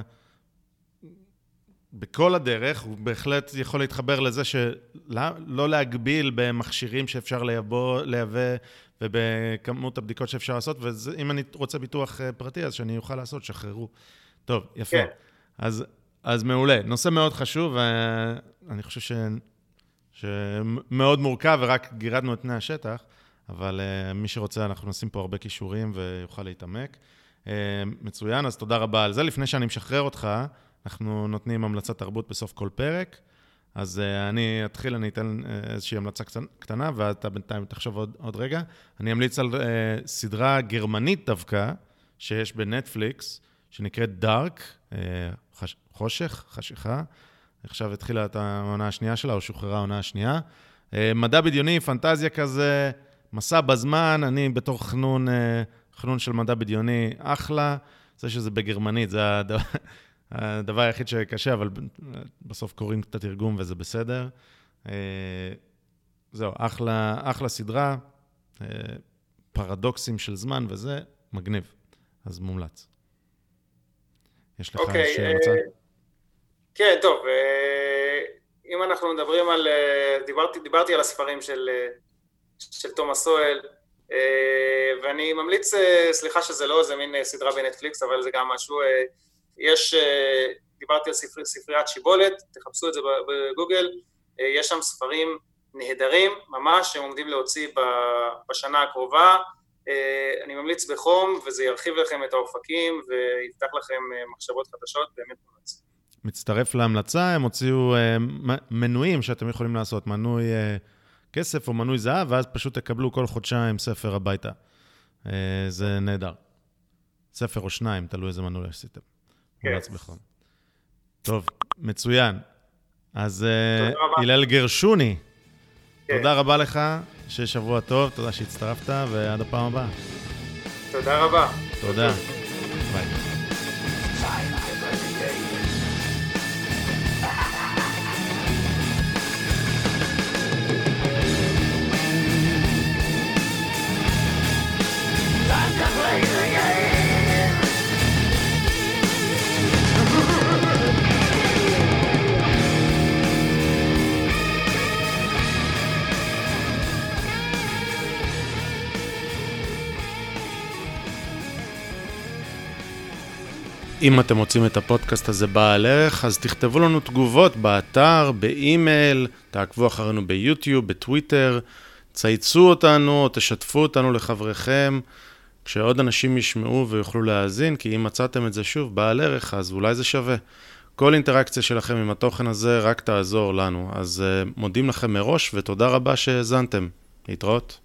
בכל הדרך, הוא בהחלט יכול להתחבר לזה שלא להגביל במכשירים שאפשר לייבוא, לייבא, ובכמות הבדיקות שאפשר לעשות, ואם אני רוצה ביטוח פרטי, אז שאני אוכל לעשות, שחררו. טוב, יפה. כן. אז, אז מעולה. נושא מאוד חשוב, ואני חושב ש... שמאוד מורכב, ורק גירדנו את פני השטח, אבל uh, מי שרוצה, אנחנו נשים פה הרבה קישורים, ויוכל להתעמק. Uh, מצוין, אז תודה רבה על זה. לפני שאני משחרר אותך, אנחנו נותנים המלצת תרבות בסוף כל פרק, אז uh, אני אתחיל, אני אתן uh, איזושהי המלצה קטנה, ואתה בינתיים תחשוב עוד, עוד רגע. אני אמליץ על uh, סדרה גרמנית דווקא, שיש בנטפליקס, שנקראת דארק, uh, חש, חושך, חשיכה. עכשיו התחילה את העונה השנייה שלה, או שוחררה העונה השנייה. Uh, מדע בדיוני, פנטזיה כזה, מסע בזמן, אני בתור חנון, uh, חנון של מדע בדיוני, אחלה. זה שזה בגרמנית, זה הדבר... הדבר היחיד שקשה, אבל בסוף קוראים את התרגום וזה בסדר. זהו, אחלה, אחלה סדרה, פרדוקסים של זמן וזה, מגניב. אז מומלץ. יש לך איזושהי המלצה? כן, טוב. אם אנחנו מדברים על... דיברתי, דיברתי על הספרים של, של תומאס סואל, ואני ממליץ, סליחה שזה לא איזה מין סדרה בנטפליקס, אבל זה גם משהו... יש, דיברתי על ספר, ספריית שיבולת, תחפשו את זה בגוגל, יש שם ספרים נהדרים, ממש, שהם עומדים להוציא בשנה הקרובה, אני ממליץ בחום, וזה ירחיב לכם את האופקים, ויפתח לכם מחשבות חדשות, באמת ממליץ. מצטרף להמלצה, הם הוציאו מנויים שאתם יכולים לעשות, מנוי כסף או מנוי זהב, ואז פשוט תקבלו כל חודשיים ספר הביתה. זה נהדר. ספר או שניים, תלוי איזה מנוי עשיתם. טוב, מצוין. אז הלל גרשוני, תודה רבה לך, ששבוע טוב, תודה שהצטרפת, ועד הפעם הבאה. תודה רבה. תודה. ביי. אם אתם מוצאים את הפודקאסט הזה בעל ערך, אז תכתבו לנו תגובות באתר, באימייל, תעקבו אחרינו ביוטיוב, בטוויטר, צייצו אותנו, תשתפו אותנו לחבריכם, כשעוד אנשים ישמעו ויוכלו להאזין, כי אם מצאתם את זה שוב בעל ערך, אז אולי זה שווה. כל אינטראקציה שלכם עם התוכן הזה רק תעזור לנו, אז מודים לכם מראש ותודה רבה שהאזנתם. להתראות.